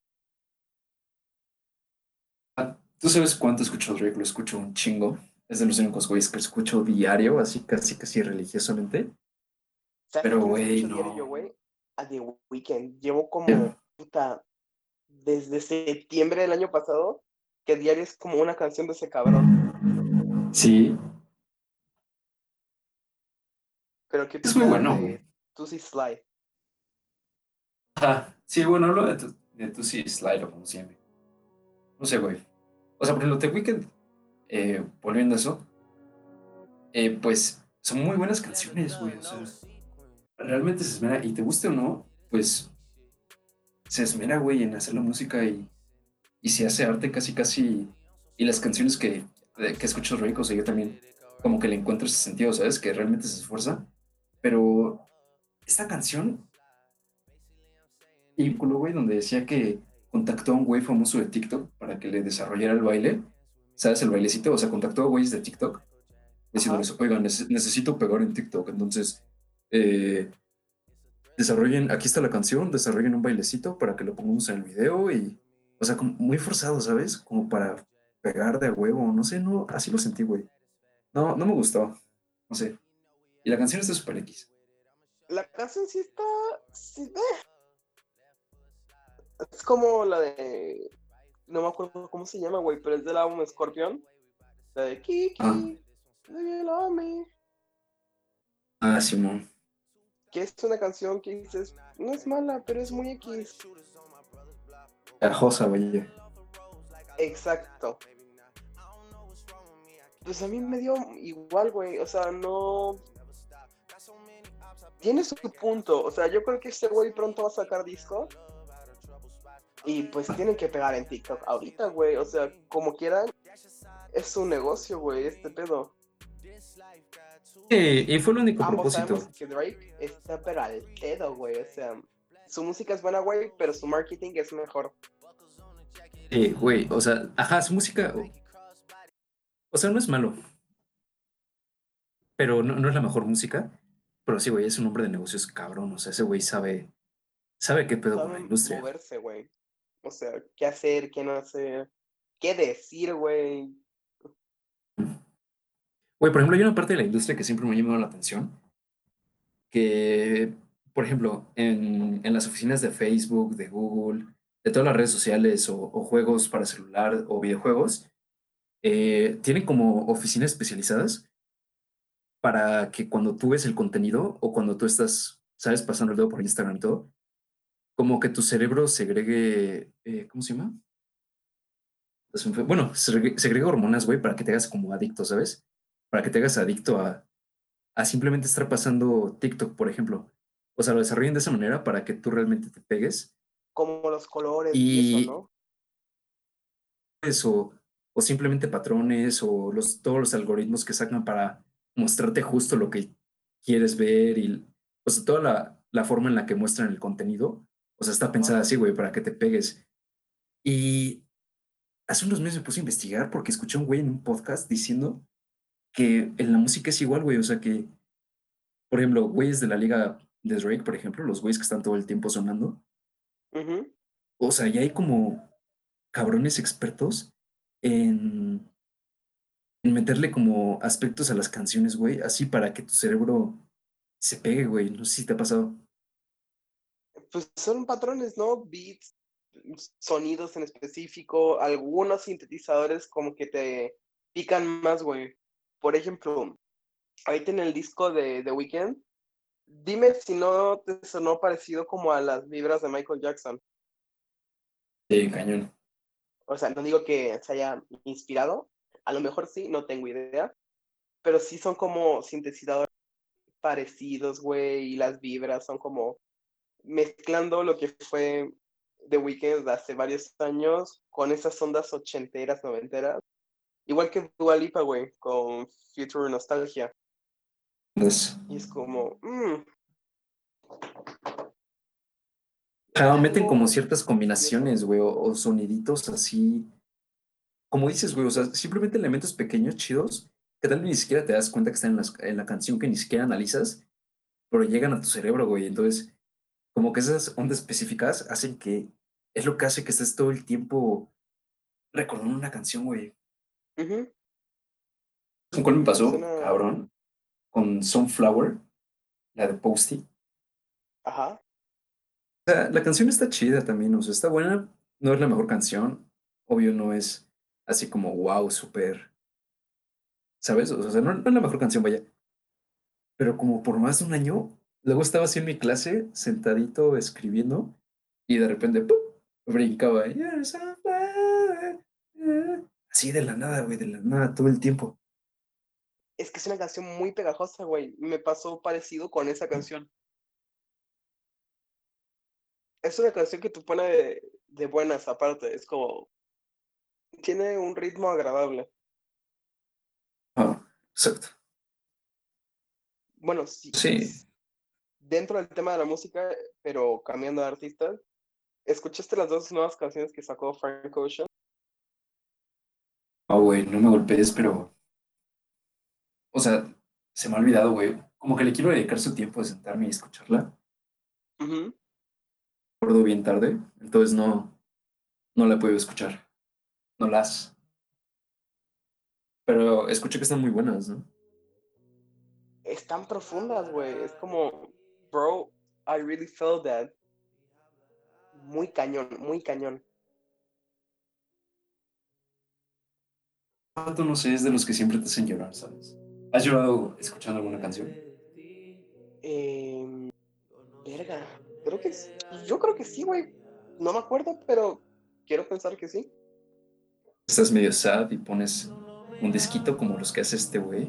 Ah, ¿tú sabes cuánto escucho Drake? Lo escucho un chingo. Es de los únicos güeyes que escucho diario, así casi casi religiosamente. ¿Sabes a Pero, quién güey, escucho diario yo, no. güey? A The Weeknd. Llevo Eh, como, puta, desde septiembre del año pasado, que diario es como una canción de ese cabrón. Sí, Pero ¿qué es muy opinas bueno, güey. de Tusi Slide? Ajá. Sí, bueno, hablo de tu sí, Slide o como siempre. No sé, güey. O sea, por ejemplo, The Weeknd, volviendo a eso, pues son muy buenas canciones, güey. O sea, realmente se esmera, y te guste o no, pues se esmera, güey, en hacer la música y se hace arte casi, casi. Y las canciones que escucho Drake, o sea, yo también como que le encuentro ese sentido, ¿sabes? Que realmente se esfuerza. Pero esta canción, y güey, donde decía que contactó a un güey famoso de TikTok para que le desarrollara el baile, ¿sabes? El bailecito, o sea, contactó a güeyes de TikTok Ajá. diciéndoles, oigan, necesito pegar en TikTok, entonces eh, desarrollen, aquí está la canción, desarrollen un bailecito para que lo pongamos en el video y, o sea, como muy forzado, ¿sabes? Como para pegar de a huevo, no sé, no, así lo sentí, güey. No, no me gustó, no sé. Y la canción está súper X. La canción sí está, sí, es como la de, no me acuerdo cómo se llama, güey, pero es del álbum Scorpion, la de Ah, Kiki, Do You Love Me, ah, Simón. que es una canción que dices, no es mala, pero es muy X. Cajosa, güey. Exacto. Pues a mí me dio igual, güey, o sea, no, tiene su punto, o sea, yo creo que este güey pronto va a sacar disco y pues tienen que pegar en TikTok ahorita, güey, o sea, como quieran, es un negocio, güey, este pedo. Y Y fue el único ambos sabemos propósito. que Drake está pero al pedo, güey, o sea, su música es buena, güey, pero su marketing es mejor. Güey, o sea, ajá, su música, o sea, no es malo, pero no, no es la mejor música. Pero sí, güey, es un hombre de negocios cabrón. O sea, ese güey sabe qué pedo con la Saben industria. moverse, güey. O sea, qué hacer, qué no hacer, qué decir, güey. Güey, por ejemplo, hay una parte de la industria que siempre me ha llamado la atención, que, por ejemplo, en las oficinas de Facebook, de Google, de todas las redes sociales o juegos para celular o videojuegos, tienen como oficinas especializadas para que cuando tú ves el contenido o cuando tú estás, sabes, pasando el dedo por Instagram y todo, como que tu cerebro segregue, ¿cómo se llama? Bueno, segrega hormonas, güey, para que te hagas como adicto, ¿sabes? Para que te hagas adicto a simplemente estar pasando TikTok, por ejemplo. O sea, lo desarrollen de esa manera para que tú realmente te pegues Como los colores y eso, y ¿no? eso, o simplemente patrones o todos los algoritmos que sacan para mostrarte justo lo que quieres ver y, o sea, toda la forma en la que muestran el contenido, o sea, está Ajá. pensada así, güey, para que te pegues. Y hace unos meses me puse a investigar porque escuché a un güey en un podcast diciendo que en la música es igual, güey. O sea, que Por ejemplo, güeyes de la liga de Drake, por ejemplo, los güeyes que están todo el tiempo sonando. Ujú. O sea, ya hay como cabrones expertos en, en meterle como aspectos a las canciones, güey, así para que tu cerebro se pegue, güey. No sé si te ha pasado. Pues son patrones, ¿no? Beats, sonidos en específico, algunos sintetizadores como que te pican más, güey. Por ejemplo, ahorita en el disco de The Weeknd, dime si no te sonó parecido como a las vibras de Michael Jackson. Sí, cañón. O sea, no digo que se haya inspirado, a lo mejor sí, no tengo idea, pero sí son como sintetizadores parecidos, güey, y las vibras son como mezclando lo que fue The Weeknd hace varios años con esas ondas ochenteras, noventeras. Igual que Dua Lipa, güey, con Future Nostalgia. Entonces, Y es como, meten como algo ciertas combinaciones, cierto. güey, o soniditos así. Como dices, güey, o sea, simplemente elementos pequeños, chidos, que tal vez ni siquiera te das cuenta que están en la canción, que ni siquiera analizas, pero llegan a tu cerebro, güey. Entonces, como que esas ondas específicas hacen que es lo que hace que estés todo el tiempo recordando una canción, güey. Ujú. ¿Con cuál me pasó? Suena, Cabrón. Con Sunflower, la de Posty. ajá. O sea, la canción está chida también, o sea, está buena. No es la mejor canción. Obvio, no es así como wow, súper, ¿sabes? O sea, no es la mejor canción, vaya. Pero como por más de un año, luego estaba así en mi clase, sentadito escribiendo, y de repente, ¡pum! Brincaba. "You're so fine". Así de la nada, güey, de la nada, todo el tiempo. Es que es una canción muy pegajosa, güey. Me pasó parecido con esa canción. Es una canción que te pone de buenas aparte. Es como, tiene un ritmo agradable. Ah, exacto. Bueno, sí, Sí. dentro del tema de la música, pero cambiando de artista, ¿escuchaste las dos nuevas canciones que sacó Frank Ocean? Ah, güey, no me golpees, pero, o sea, se me ha olvidado, güey. Como que le quiero dedicar su tiempo de sentarme y escucharla. Ujú. Recuerdo bien tarde, entonces no la he podido escuchar. No las. Pero escuché que están muy buenas, ¿no? Están profundas, güey. Es como, bro, I really felt that. Muy cañón, muy cañón. Tú no sé, es de los que siempre te hacen llorar, ¿sabes? ¿Has llorado escuchando alguna canción? Eh, verga, creo que pues yo creo que sí, güey. No me acuerdo, pero quiero pensar que sí. Estás medio sad y pones un disquito como los que hace este güey.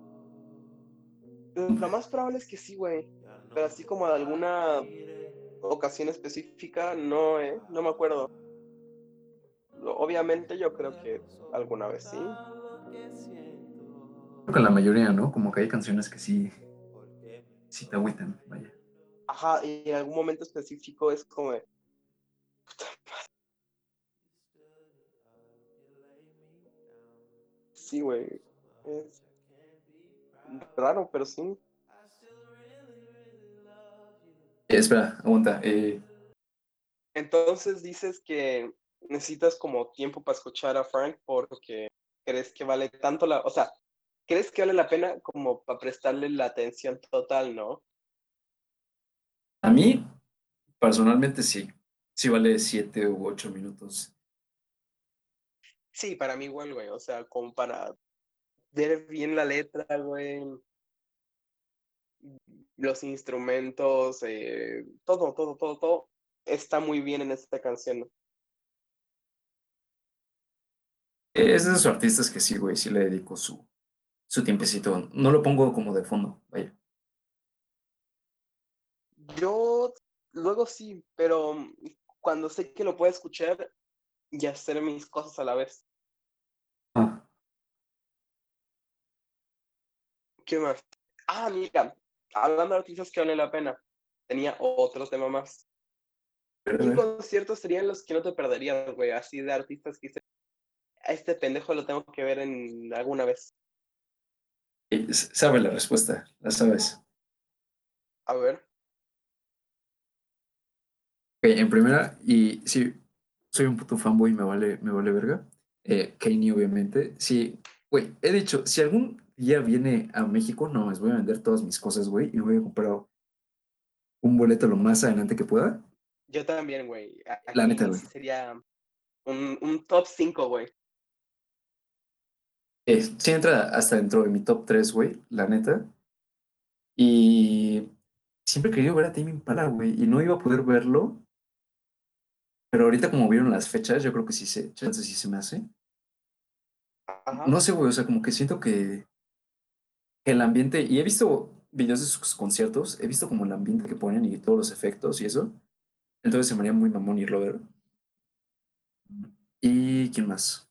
Lo más probable es que sí, güey. Pero así como de alguna ocasión específica, no, no me acuerdo. Obviamente yo creo que alguna vez sí. Creo que la mayoría, ¿no? Como que hay canciones que sí te agüitan, vaya. Ajá, y en algún momento específico es como de, sí, güey. Es raro, pero sí. Espera, aguanta. Entonces dices que necesitas como tiempo para escuchar a Frank porque crees que vale tanto o sea, crees que vale la pena como para prestarle la atención total, ¿no? A mí, personalmente, sí. Sí vale 7 u 8 minutos. Sí, para mí igual, güey. O sea, como para ver bien la letra, güey, los instrumentos, todo está muy bien en esta canción. Es de esos artistas que sí, güey, sí le dedico su tiempecito. No lo pongo como de fondo, vaya. Yo luego sí, pero cuando sé que lo puedo escuchar y hacer mis cosas a la vez. Ah, ¿Qué más? Ah, mira, hablando de artistas que vale la pena, tenía otro tema más. a ¿Qué ver. conciertos serían los que no te perderías, güey? Así de artistas que dices, a este pendejo lo tengo que ver en alguna vez. Sabe la respuesta, la sabes. A ver. Ok, en primera, y sí, soy un puto fanboy, me vale verga. Kanye, obviamente. Sí, güey, he dicho, si algún día viene a México, no, les voy a vender todas mis cosas, güey, y voy a comprar un boleto lo más adelante que pueda. Yo también, güey. La neta, Aquí güey. sí sería un top 5, güey. Sí entra hasta dentro de mi top 3 güey, la neta. Y siempre he querido ver a Tame Impala, güey, y no iba a poder verlo, pero ahorita como vieron las fechas, yo creo que chance sí se me hace. Ajá. No sé, güey, o sea, como que siento que el ambiente, y he visto videos de sus conciertos, he visto como el ambiente que ponen y todos los efectos y eso, entonces se me haría muy mamón irlo a ver. ¿Y quién más?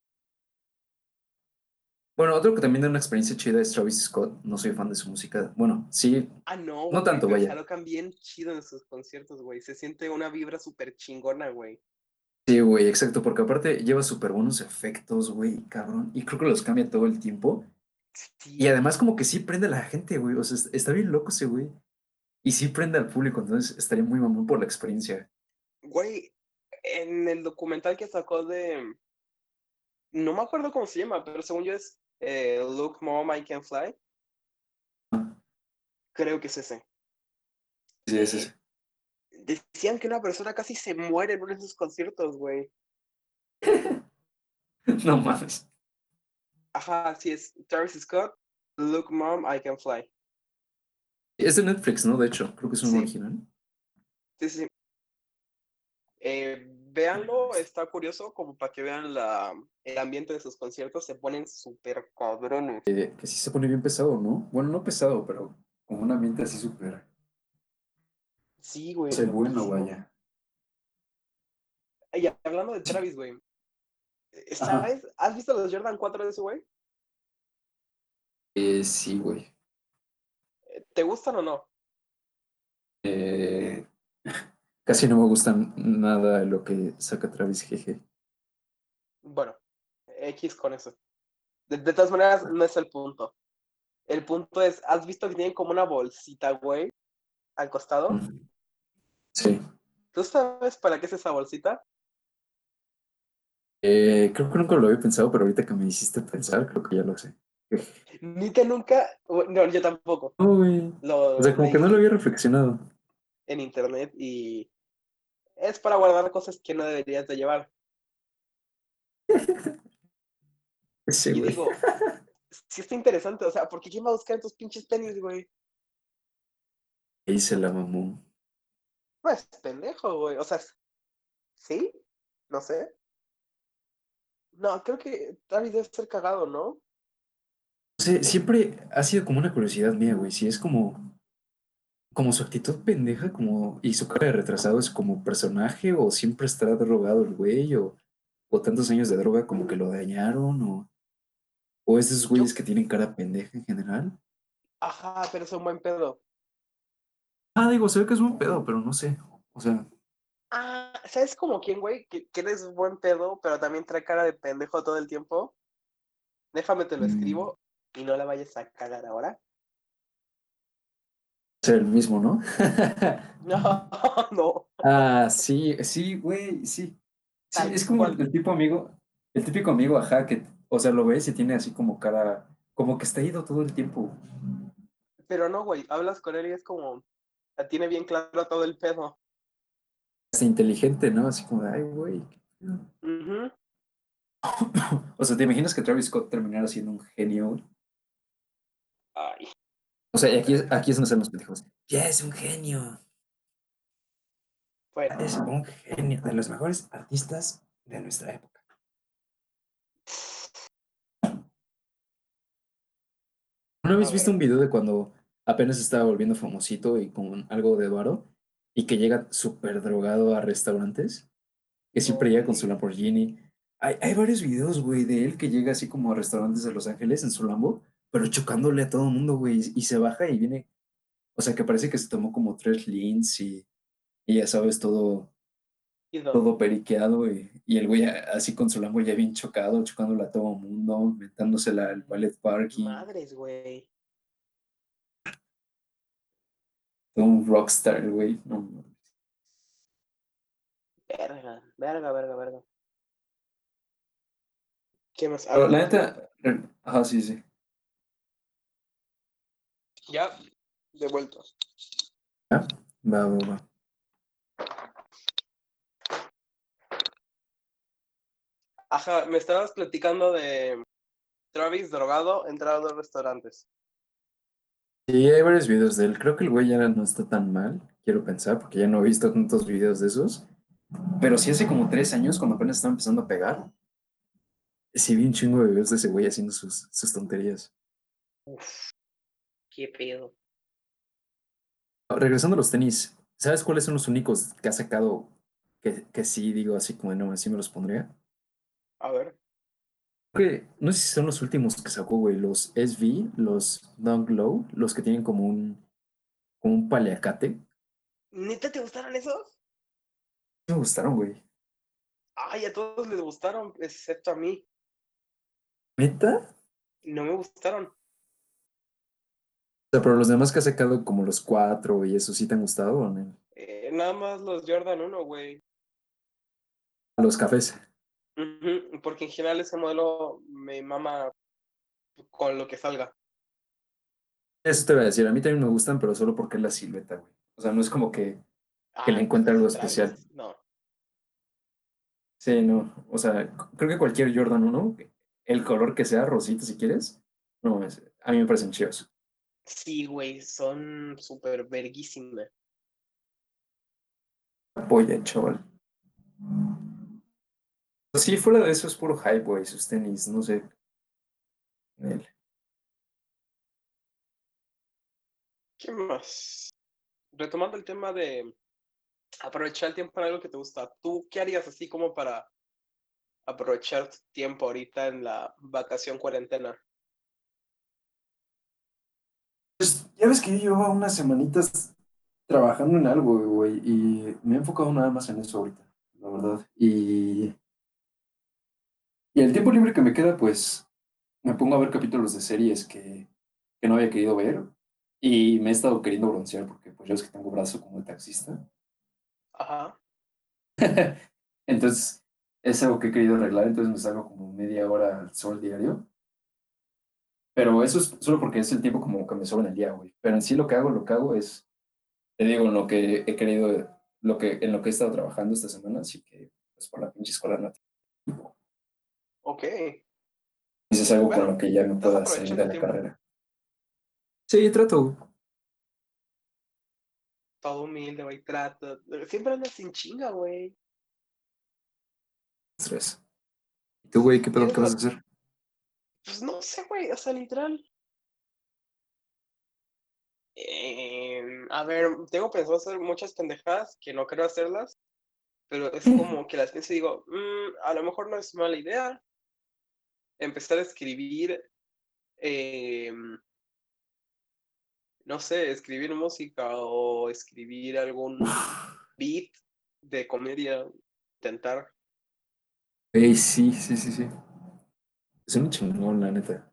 Bueno, otro que también da una experiencia chida es Travis Scott, no soy fan de su música, bueno, sí, Ah, no, no güey, tanto, pero se vaya. alocan bien chido en sus conciertos, güey. Se siente una vibra súper chingona, güey. Sí, güey, exacto, porque aparte lleva súper buenos efectos, güey, cabrón, y creo que los cambia todo el tiempo. Y Sí, además como que sí prende a la gente, güey, o sea, está bien loco ese güey. Y sí prende al público, entonces estaría muy mamón por la experiencia. güey, en el documental que sacó de, no me acuerdo cómo se llama, pero según yo es Look Mom, I Can Fly. Creo que es ese. Sí, es Eh, ese. Decían que una persona casi se muere en uno de esos conciertos, güey. No mames. Ajá, sí es Travis Scott, Look Mom, I Can Fly. Es de Netflix, ¿no? De hecho, creo que es un Sí, original. sí, sí. Véanlo, está curioso, como para que vean el ambiente de sus conciertos, se ponen súper cabrones. Que sí se pone bien pesado, ¿no? Bueno, no pesado, pero como un ambiente así súper. No Sí, güey, sé, bueno, loquísimo. vaya. Y hablando de Travis, güey, Ajá. ¿sabes? ¿Has visto los Jordan 4 de ese güey? Sí, güey. ¿Te gustan o no? Eh, casi no me gusta nada de lo que saca Travis GG. Bueno, X con eso. De todas maneras, no es el punto. El punto es, ¿has visto que tienen como una bolsita, güey, al costado? Mm, sí. ¿Tú sabes para qué es esa bolsita? Creo que nunca lo había pensado, pero ahorita que me hiciste pensar, creo que ya lo sé. Ni que nunca, no, yo tampoco. No, güey. O Lo sea, como que no lo leí había reflexionado. en internet y es para guardar cosas que no deberías de llevar. Sí, Y güey. digo, sí está interesante, o sea, porque ¿quién va a buscar en tus pinches tenis, güey? Ahí se la mamó. Pues pendejo, güey. O sea, sí, no sé. No, creo que Travis debe ser cagado, ¿no? Sí, siempre ha sido como una curiosidad mía, güey. Si es como su actitud pendeja, como, y su cara de retrasado es como personaje, o siempre estará drogado el güey, o tantos años de droga como que lo dañaron, o es de esos güeyes Yo, que tienen cara pendeja en general. ajá, pero es un buen pedo. Ah, digo, se ve que es un pedo, pero no sé. O sea, Ah, ¿sabes como quién, güey? Que eres buen pedo, pero también trae cara de pendejo todo el tiempo. Déjame te lo mm, escribo y no la vayas a cagar ahora. ser el mismo, ¿no? No, no. Ah, sí, sí, güey, sí. Sí, Tal es como cual. el tipo amigo, el típico amigo, ajá, que, o sea, lo ves y tiene así como cara, como que está ido todo el tiempo. Pero no, güey. Hablas con él y es como, la tiene bien claro todo el pedo. Hasta inteligente, ¿no? Así como, de, ay, güey. Ujú. O sea, ¿te imaginas que Travis Scott terminara siendo un genio, güey? Ay, O sea, y no creo. aquí es donde están los pendejos. Ya es un genio. Bueno, Es un genio. De los mejores artistas de nuestra época. ¿No a habéis visto un ver. video de cuando apenas estaba volviendo famosito y con algo de varo? Y que llega súper drogado a restaurantes. Que siempre No, llega con su güey. Lamborghini. Hay varios videos, güey, de él que llega así como a restaurantes de Los Ángeles en su Lambo, pero chocándole a todo el mundo, güey, y se baja y viene. O sea, que parece que se tomó como 3 leans y ya sabes, Ido. todo periqueado y el güey así con su Lambo ya bien chocado, chocándole a todo el mundo, metándosela al ballet parking. Madres, güey. Un rockstar, güey. No, Verga, verga, verga, verga. ¿Qué más? A pero ver, la tú. neta, ajá, sí, sí. Ya, devuelto. ¿Ah? Va, va, va. Ajá, me estabas platicando de Travis drogado entrando a restaurantes. Y hay varios videos de él. Creo que el güey ya no está tan mal, quiero pensar, porque ya no he visto tantos videos de esos. Pero sí hace como 3 años, cuando apenas estaba empezando a pegar, sí vi un chingo de videos de ese güey haciendo sus tonterías. Uf, qué pedo. Regresando a los tenis, ¿sabes cuáles son los únicos que ha sacado que sí digo así como no, así me los pondría? A ver. No sé si son los últimos que sacó, güey, los SV, los Dunk Low, los que tienen como un paliacate. ¿Neta te gustaron esos? Me gustaron, güey. Ay, a todos les gustaron, excepto a mí. ¿Neta? No me gustaron. O sea, pero los demás que ha sacado, como los cuatro y eso, ¿sí te han gustado o no? Nada más los Jordan 1, güey. Los cafés. Ujú, porque en general ese modelo me mama con lo que salga. Eso te voy a decir, a mí también me gustan, pero solo porque es la silueta, güey. O sea, no es como que le Ah, encuentre algo pues especial. Travis, no. Sí, no. O sea, creo que cualquier Jordan uno, el color que sea, rosita si quieres, no, a mí me parecen chidos. Sí, güey, son súper verguísimas. Polla, chaval. Sí, fuera de eso es puro hype, güey, sus tenis, no sé. Él. ¿Qué más? Retomando el tema de aprovechar el tiempo para algo que te gusta. ¿Tú qué harías así como para aprovechar tu tiempo ahorita en la vacación cuarentena? Pues ya ves que yo llevaba unas semanitas trabajando en algo, güey, y me he enfocado nada más en eso ahorita, la verdad. Y el tiempo libre que me queda, pues me pongo a ver capítulos de series que no había querido ver y me he estado queriendo broncear porque pues yo es que tengo brazo como de taxista. Ajá. Entonces es algo que he querido arreglar, entonces me salgo como media hora al sol diario. Pero eso es solo porque es el tiempo como que me sobra en el día, güey. Pero en sí lo que hago es, te digo, en lo que he querido, en lo que he estado trabajando esta semana, así que pues por la pinche escuela no. Ok. Eso es algo con Bueno, lo que ya me estás pueda salir aprovechando de el la tiempo. carrera. Sí, trato. Todo humilde, güey, trata. Siempre andas sin chinga, güey. Estrés. ¿Y tú, güey, qué pedo Tienes que vas a la... hacer? Pues no sé, güey, o sea, literal. A ver, tengo pensado hacer muchas pendejadas que no quiero hacerlas, pero es como que las pienso y digo, a lo mejor no es mala idea empezar a escribir, eh, no sé, escribir música o escribir algún beat de comedia, intentar. Ey, sí, sí, sí, sí. Es un chingón, la neta.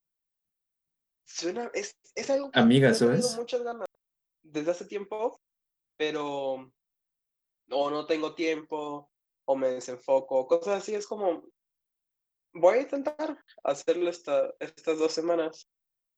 Es algo que Amiga, le he traído ¿sabes? muchas ganas desde hace tiempo, pero no tengo tiempo o me desenfoco, cosas así. Es como, voy a intentar hacerlo estas 2 semanas.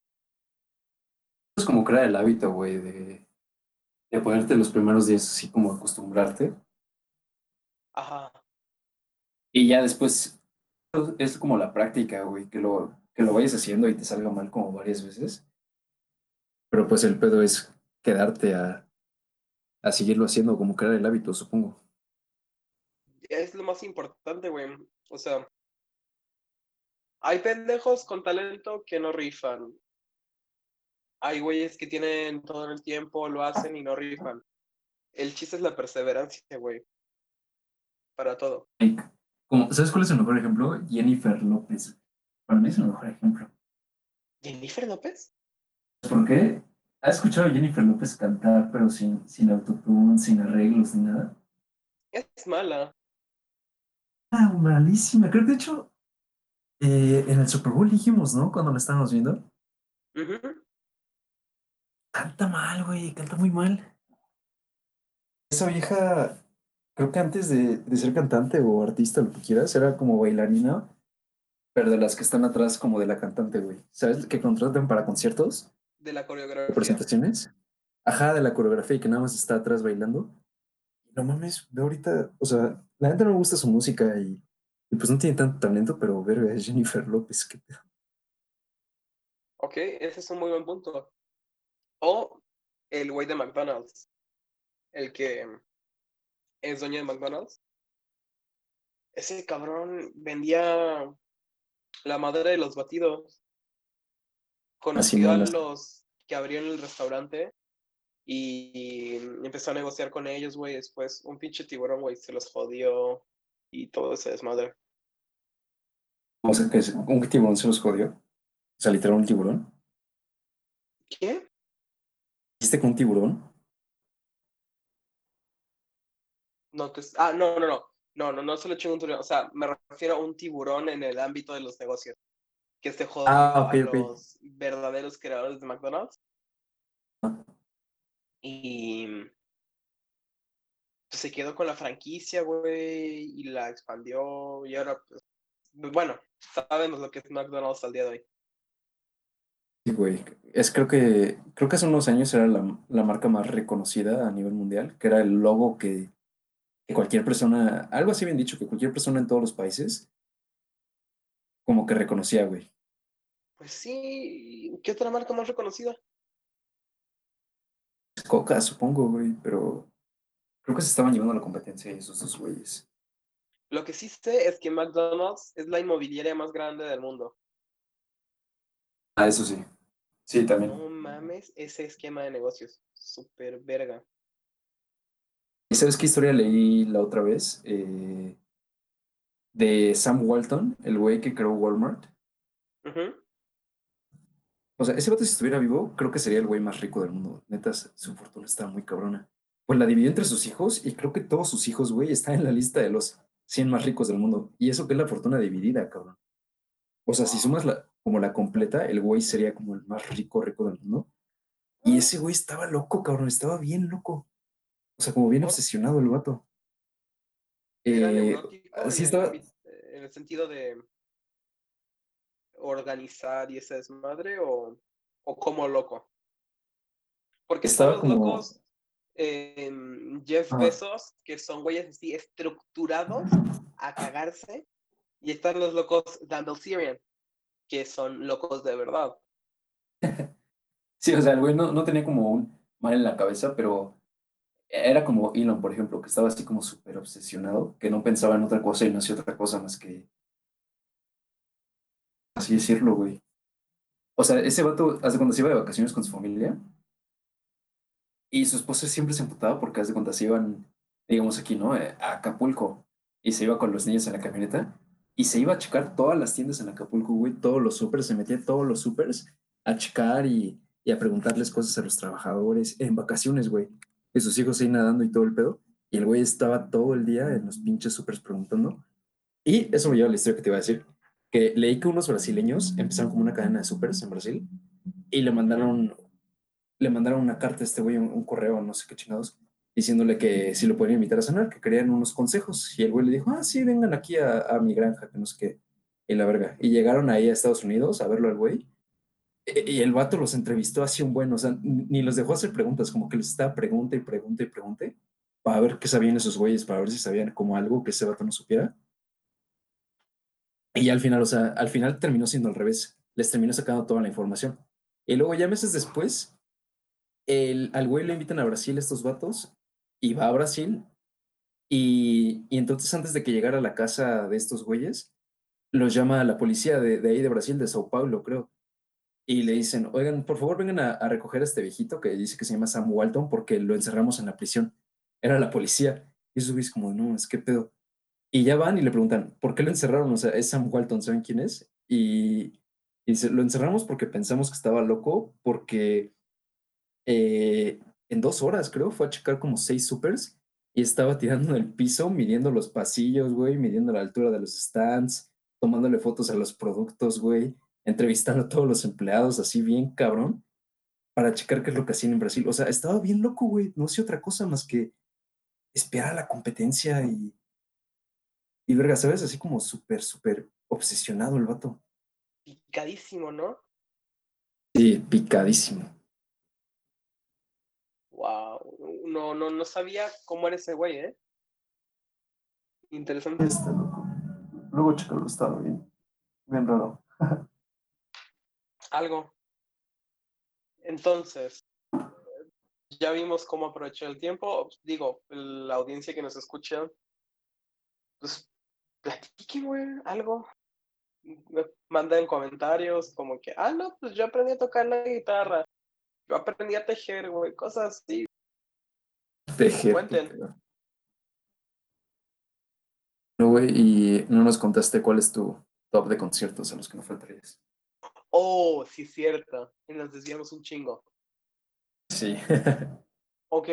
Es como crear el hábito, güey, de ponerte los primeros días así como acostumbrarte. Ajá. Y ya después es como la práctica, güey, que lo vayas haciendo y te salga mal como varias veces. Pero pues el pedo es quedarte a seguirlo haciendo, como crear el hábito, supongo. Es lo más importante, güey. O sea, hay pendejos con talento que no rifan. Hay güeyes que tienen todo el tiempo, lo hacen y no rifan. El chiste es la perseverancia, güey, para todo. Like, ¿sabes cuál es el mejor ejemplo? Jennifer López. Para mí es el mejor ejemplo. ¿Jennifer López? ¿Por qué? ¿Has escuchado a Jennifer López cantar, pero sin autotune, sin arreglos ni nada? Es mala. Ah, malísima. Creo que de hecho en el Super Bowl dijimos, ¿no? Cuando lo estábamos viendo. Ujú. Canta mal, güey, canta muy mal. Esa vieja, creo que antes de ser cantante o artista, lo que quieras, era como bailarina, pero de las que están atrás como de la cantante, güey. ¿Sabes? Que contratan para conciertos, De la coreografía. presentaciones. Ajá, de la coreografía y que nada más está atrás bailando. No mames, ve ahorita, o sea, la neta no me gusta su música y pues no tiene tanto talento, pero verga, es Jennifer López, qué pedo. Ok, ese es un muy buen punto. O el güey de McDonald's, el que es dueño de McDonald's. Ese cabrón vendía la madre de los batidos. A Conoció a Simón, los que abrieron el restaurante y empezó a negociar con ellos, güey. Después un pinche tiburón, güey, se los jodió y todo ese desmadre. o sea, que un tiburón se los jodió. O sea, literal un tiburón. ¿Qué? ¿Viste con un tiburón? No, no, no, no. No, no, no se lo echó un tiburón. O sea, me refiero a un tiburón en el ámbito de los negocios. Que se Ah, jodió ok, a ok. los verdaderos creadores de McDonald's. Ah, Y pues, se quedó con la franquicia, güey. Y la expandió. Y ahora, pues, bueno, sabemos lo que es McDonald's al día de hoy. sí, güey. Creo que hace unos años era la marca más reconocida a nivel mundial, que era el logo que cualquier persona, algo así bien dicho, que cualquier persona en todos los países como que reconocía, güey. Pues sí, ¿qué otra marca más reconocida? Coca, supongo, güey, pero creo que se estaban llevando la competencia esos dos güeyes. Lo que sí sé es que McDonald's es la inmobiliaria más grande del mundo. Ah, eso sí. Sí, también. No mames ese esquema de negocios. Súper verga. ¿Y sabes qué historia leí la otra vez? De Sam Walton, el güey que creó Walmart. Ujú. O sea, ese vato si estuviera vivo, creo que sería el güey más rico del mundo. Neta, su fortuna está muy cabrona. Pues la dividió entre sus hijos y creo que todos sus hijos, güey, están en la lista de los 100 más ricos del mundo. Y eso que es la fortuna dividida, cabrón. O sea, si sumas como la completa, el güey sería como el más rico, rico del mundo. Y ese güey estaba loco, cabrón, estaba bien loco. O sea, como bien Por- obsesionado el vato. Era neurótico Así estaba, en el sentido de organizar y ese desmadre o como loco. Porque están estaba los como, locos Jeff ah, Bezos, que son güeyes así estructurados a cagarse, y están los locos Dan Bilzerian, que son locos de verdad. sí, o sea, el güey no tenía como un mal en la cabeza, pero era como Elon, por ejemplo, que estaba así como súper obsesionado, que no pensaba en otra cosa y no hacía otra cosa más que así decirlo, güey. O sea, ese vato, hace cuando se iba de vacaciones con su familia y su esposa siempre se emputaba porque hace cuando se iban, digamos aquí, ¿no? A Acapulco y se iba con los niños en la camioneta y se iba a checar todas las tiendas en Acapulco, güey, todos los supers, se metía a todos los supers a checar y a preguntarles cosas a los trabajadores en vacaciones, güey. Y sus hijos ahí nadando y todo el pedo. Y el güey estaba todo el día en los pinches supers preguntando. Y eso me lleva a la historia que te iba a decir, que leí que unos brasileños empezaron como una cadena de supers en Brasil y Ujú. le mandaron una carta a este güey, un correo, no sé qué chingados, diciéndole que si lo podían invitar a cenar, que querían unos consejos. Y el güey le dijo, ah, sí, vengan aquí a mi granja, que no sé qué, y la verga. Y llegaron ahí a Estados Unidos a verlo al güey. Y el vato los entrevistó así un buen, o sea, ni los dejó hacer preguntas, como que les estaba pregunta y pregunta y pregunte, para ver qué sabían esos güeyes, para ver si sabían como algo que ese vato no supiera. Y al final, o sea, al final terminó siendo al revés. Les terminó sacando toda la información. Y luego, ya meses después, al güey le invitan a Brasil estos vatos y va a Brasil. Y entonces, antes de que llegara a la casa de estos güeyes, los llama a la policía de ahí de Brasil, de Sao Paulo, creo. Y le Sí. dicen, oigan, por favor, vengan a recoger a este viejito que dice que se llama Sam Walton porque lo encerramos en la prisión. Era la policía. Y esos güeyes como, no, es que pedo. Y ya van y le preguntan, ¿por qué lo encerraron? O sea, es Sam Walton, ¿saben quién es? Y dice, lo encerramos porque pensamos que estaba loco, porque eh, en 2 horas, creo, fue a checar como 6 supers y estaba tirando en el piso, midiendo los pasillos, güey, midiendo la altura de los stands, tomándole fotos a los productos, güey, entrevistando a todos los empleados, así bien cabrón, para checar qué es lo que hacían en Brasil. O sea, estaba bien loco, güey. No hacía otra cosa más que esperar a la competencia y verga, ¿sabes? Así como súper, súper obsesionado el vato. Picadísimo, ¿no? Sí, picadísimo. Wow. No sabía cómo era ese güey, ¿eh? Interesante. Está loco. Luego chécalo, estaba bien, bien raro. Algo. Entonces, ya vimos cómo aprovechar el tiempo. Digo, la audiencia que nos escucha, pues platique, güey, algo. Me manda en comentarios como que, no, pues yo aprendí a tocar la guitarra. Yo aprendí a tejer, güey, cosas así. Tejer, qué Cuenten. pedo. No, güey, y no nos contaste cuál es tu top de conciertos a los que no faltarías. Oh, sí, cierto. Y nos desviamos un chingo. Sí. Ok,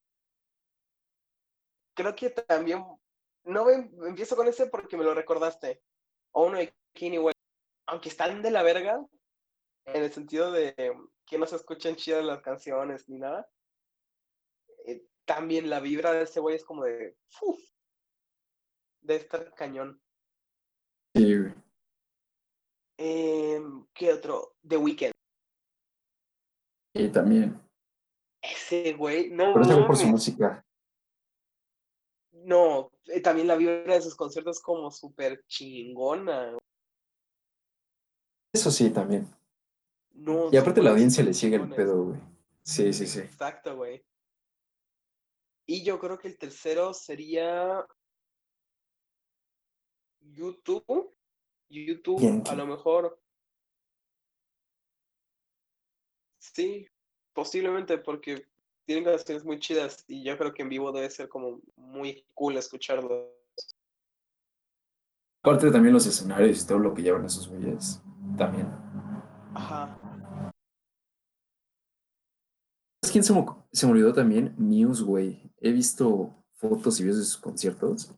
creo que también. No me empiezo con ese porque me lo recordaste. O uno de Kanye West. Aunque están de la verga, en el sentido de que no se escuchan chidas las canciones ni nada. También la vibra de ese güey es como de. Uf, de estar cañón. Sí, güey. ¿Qué otro? The Weeknd. Y también. Ese güey, no Pero ese güey por su mames. música. No, también la vibra de sus conciertos como súper chingona. Eso sí, también. No, Y son aparte la conciertos audiencia súper le sigue el chingones. pedo, güey. Sí, sí, sí. Exacto, güey. Y yo creo que el tercero sería YouTube. YouTube, ¿Quién, a quién? lo mejor, sí, posiblemente porque tienen canciones muy chidas y yo creo que en vivo debe ser como muy cool escucharlo. Aparte también los escenarios y todo lo que llevan esos güeyes. También. Ajá, ¿Sabes quién se me olvidó también? Muse, güey. He visto fotos y videos de sus conciertos.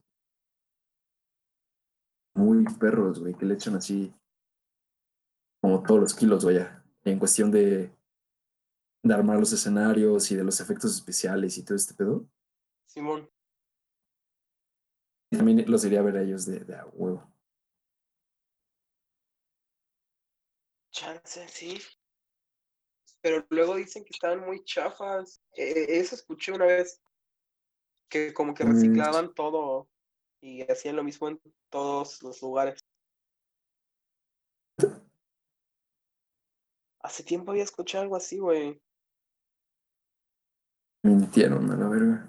Muy perros, güey, que le echan así como todos los kilos, vaya. En cuestión de armar los escenarios y de los efectos especiales y todo este pedo. Simón, Y también los iría a ver a ellos de a huevo. chance, sí. Pero luego dicen que estaban muy chafas. Eso escuché una vez, que como que Mm, reciclaban todo y hacían lo mismo en todos los lugares. Hace tiempo había escuchado algo así, güey. mintieron a la verga.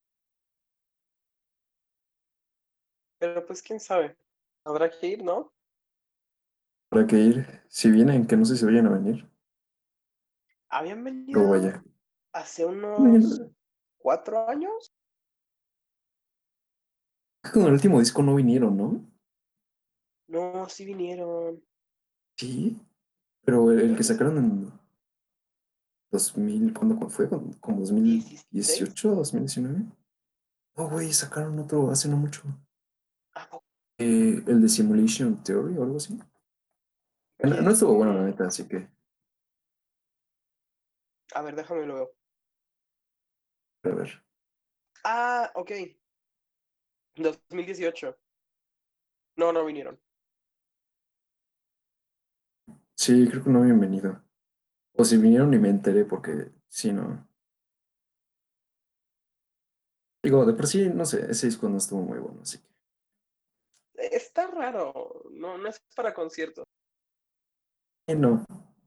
Pero pues quién sabe. Habrá que ir, ¿no? Habrá que ir. Si vienen, que no sé si vayan a venir. Habían Pero venido vaya. hace unos Bueno, 4 años. con el último disco no vinieron, ¿no? No, sí vinieron. Sí, pero el Creo que que sí. sacaron en 2000, ¿cuándo fue? ¿Como 16. 2018, 2019? Oh, güey, sacaron otro hace no mucho. ¿A poco? El de Simulation Theory o algo así. No, no estuvo bueno, la neta, así que, A ver, déjame lo veo. a ver. Ok. 2018. No, no vinieron. Sí, creo que no habían venido. O si vinieron y me enteré porque, sí, no. Digo, de por sí, no sé, ese disco no estuvo muy bueno, así que. Está raro. No, no es para conciertos. No,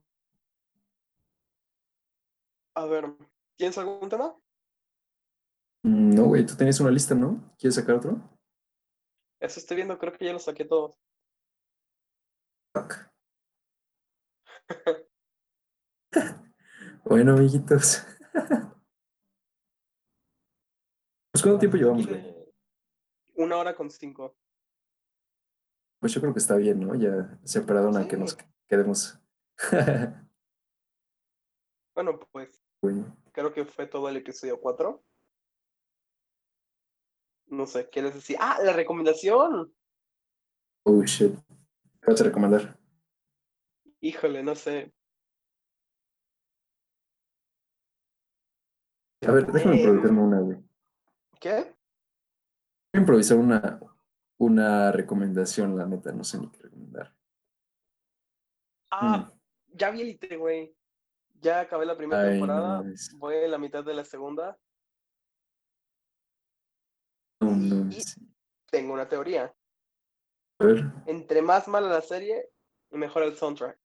A ver, ¿tienes algún tema? No, güey, tú tenías una lista, ¿no? ¿Quieres sacar otro? Eso estoy viendo, creo que ya lo saqué todos. Fuck. Bueno, amiguitos. Pues, ¿cuánto tiempo Aquí llevamos, güey? de 1 hora con 5. Pues yo creo que está bien, ¿no? Ya se perdona que nos Sí. quedemos. Bueno, pues Güey. creo que fue todo el episodio 4. No sé, ¿quieres decir? La recomendación. Oh, shit. ¿Qué vas a recomendar? Híjole, no sé. A ver, déjame improvisarme una, güey. ¿Qué? Voy a improvisar una recomendación, la neta, no sé ni qué recomendar. Mm. Ah, ya vi Elite, güey. Ya acabé la primera Ay, no temporada, mames. voy en la mitad de la segunda No y mames. tengo una teoría. A ver, Entre más mala la serie, mejor el soundtrack.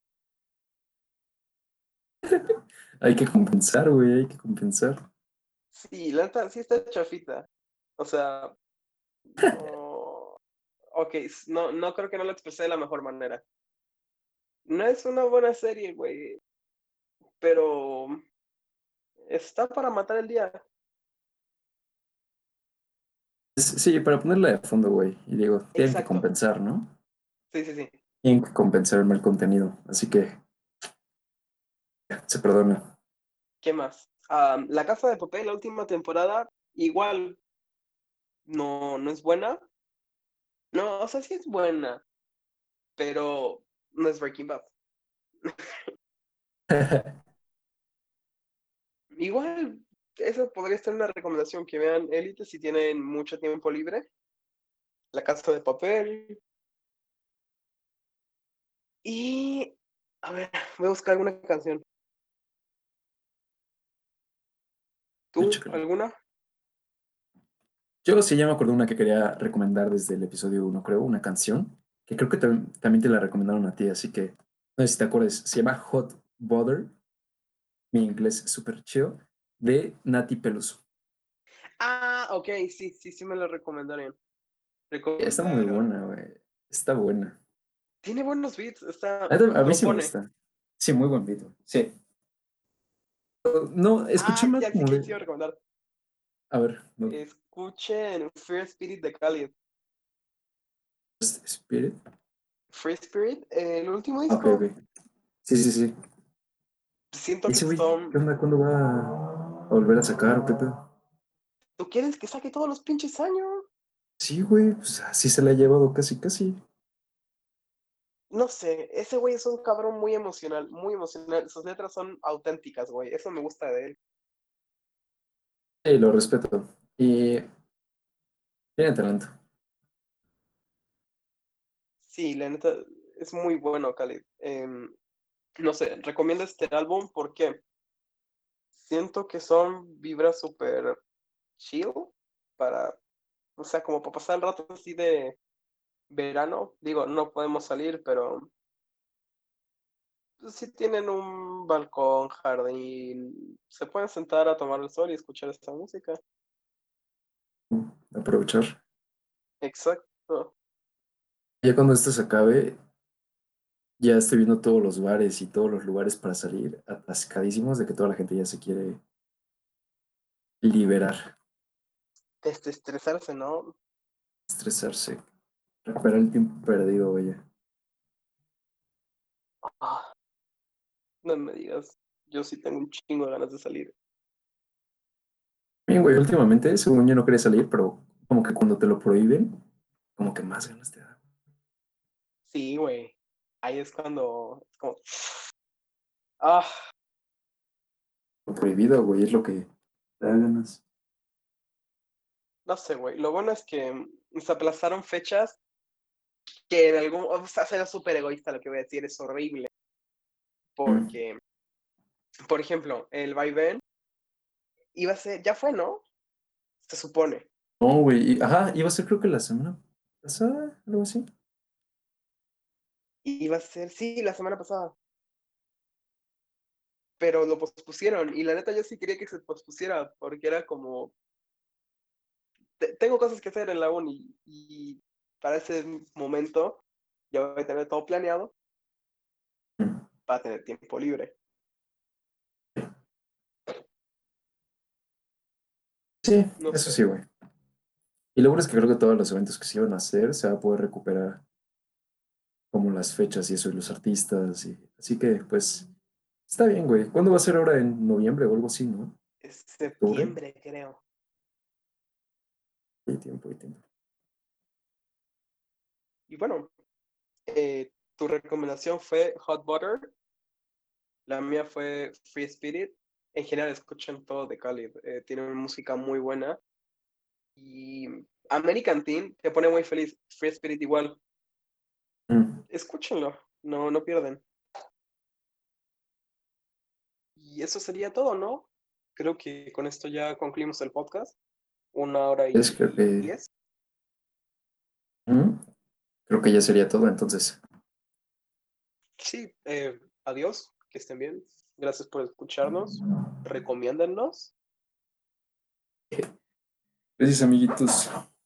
hay que compensar, güey, hay que compensar. Sí, la neta, sí está chafita. O sea, no. Ok, no creo que no lo expresé de la mejor manera. No es una buena serie, güey, pero está para matar el día. Sí, para ponerla de fondo, güey. Y digo, tienen que Exacto. compensar, ¿no? Sí, sí, sí. Tienen que compensar el mal contenido. Así que se perdona. ¿Qué más? La Casa de Papel, la última temporada, igual no es buena. No, o sea, sí es buena, pero no es Breaking Bad. Igual, eso podría ser una recomendación, que vean Élite si tienen mucho tiempo libre. La Casa de Papel. Y, a ver, voy a buscar alguna canción. ¿Tú, Chécalo. alguna? Yo sí ya me acuerdo una que quería recomendar desde el episodio uno, creo, una canción, que creo que también te la recomendaron a ti, así que no sé si te acuerdas, se llama Hot Butter, mi inglés es súper chido, de Nati Peluso. Ah, ok, sí me lo recomendaron. Está muy Recomendaron. buena, güey, está buena. Tiene buenos beats, A mí sí me propone. gusta. Sí, muy buen video. Sí. No, escuché Ah, más ya sé como que de. quiero recomendar. A ver, no. Escuchen Free Spirit de Khalid. Spirit. Free Spirit, el último Ah, ok, disco. ok. Sí, sí, sí. Siento que Ese güey, ¿qué son. onda? ¿Cuándo va a volver a sacar o qué pedo? ¿Tú quieres que saque todos los pinches años? Sí, güey, pues así se le ha llevado casi, casi. No sé, ese güey es un cabrón muy emocional, muy emocional. Sus letras son auténticas, güey. Eso me gusta de él. Sí, lo respeto. Y tiene talento. Sí, la neta, es muy bueno, Khalid. No sé, recomiendo este álbum porque siento que son vibras súper chill para, o sea, como para pasar el rato así de verano. Digo, no podemos salir, pero pues, si tienen un balcón, jardín, se pueden sentar a tomar el sol y escuchar esta música. Aprovechar. Exacto. Ya cuando esto se acabe, ya estoy viendo todos los bares y todos los lugares para salir atascadísimos de que toda la gente ya se quiere liberar, Desestresarse, ¿no? estresarse, recuperar el tiempo perdido, vaya. Ah, no me digas. Yo sí tengo un chingo de ganas de salir. Bien, güey, últimamente, según yo no quería salir, pero como que cuando te lo prohíben, como que más ganas te da. Sí, güey. Ahí es cuando es como, ah, Lo prohibido, güey, es lo que te da ganas. no sé, güey. Lo bueno es que se aplazaron fechas que en algún, o sea, será súper egoísta lo que voy a decir, es horrible. Mm. Porque, por ejemplo, el vaivén iba a ser, ya fue, ¿no? Se supone. No, güey, ajá, iba a ser creo que la semana pasada, algo así. Iba a ser, sí, la semana pasada. Pero lo pospusieron. Y la neta, yo sí quería que se pospusiera, porque era como, tengo cosas que hacer en la uni. Y para ese momento, ya voy a tener todo planeado Mm. para tener tiempo libre. Sí, No eso sé. sí, güey. Y lo bueno es que creo que todos los eventos que se iban a hacer se va a poder recuperar como las fechas y eso, y los artistas. Así que, pues, está bien, güey. ¿Cuándo va a ser ahora? ¿En noviembre o algo así, no? Es ¿Octubre? septiembre, creo. Hay tiempo, hay tiempo. Y bueno, tu recomendación fue Hot Butter, la mía fue Free Spirit. en general escuchen todo de Khalid. Tiene música muy buena. Y American Teen te pone muy feliz. Free Spirit igual. Escúchenlo, no pierden. Y eso sería todo, ¿no? Creo que con esto ya concluimos el podcast. 1 hora Es creo y que, 10. creo que ya sería todo, entonces. Sí, adiós, que estén bien. Gracias por escucharnos. Recomiéndennos. Gracias, amiguitos.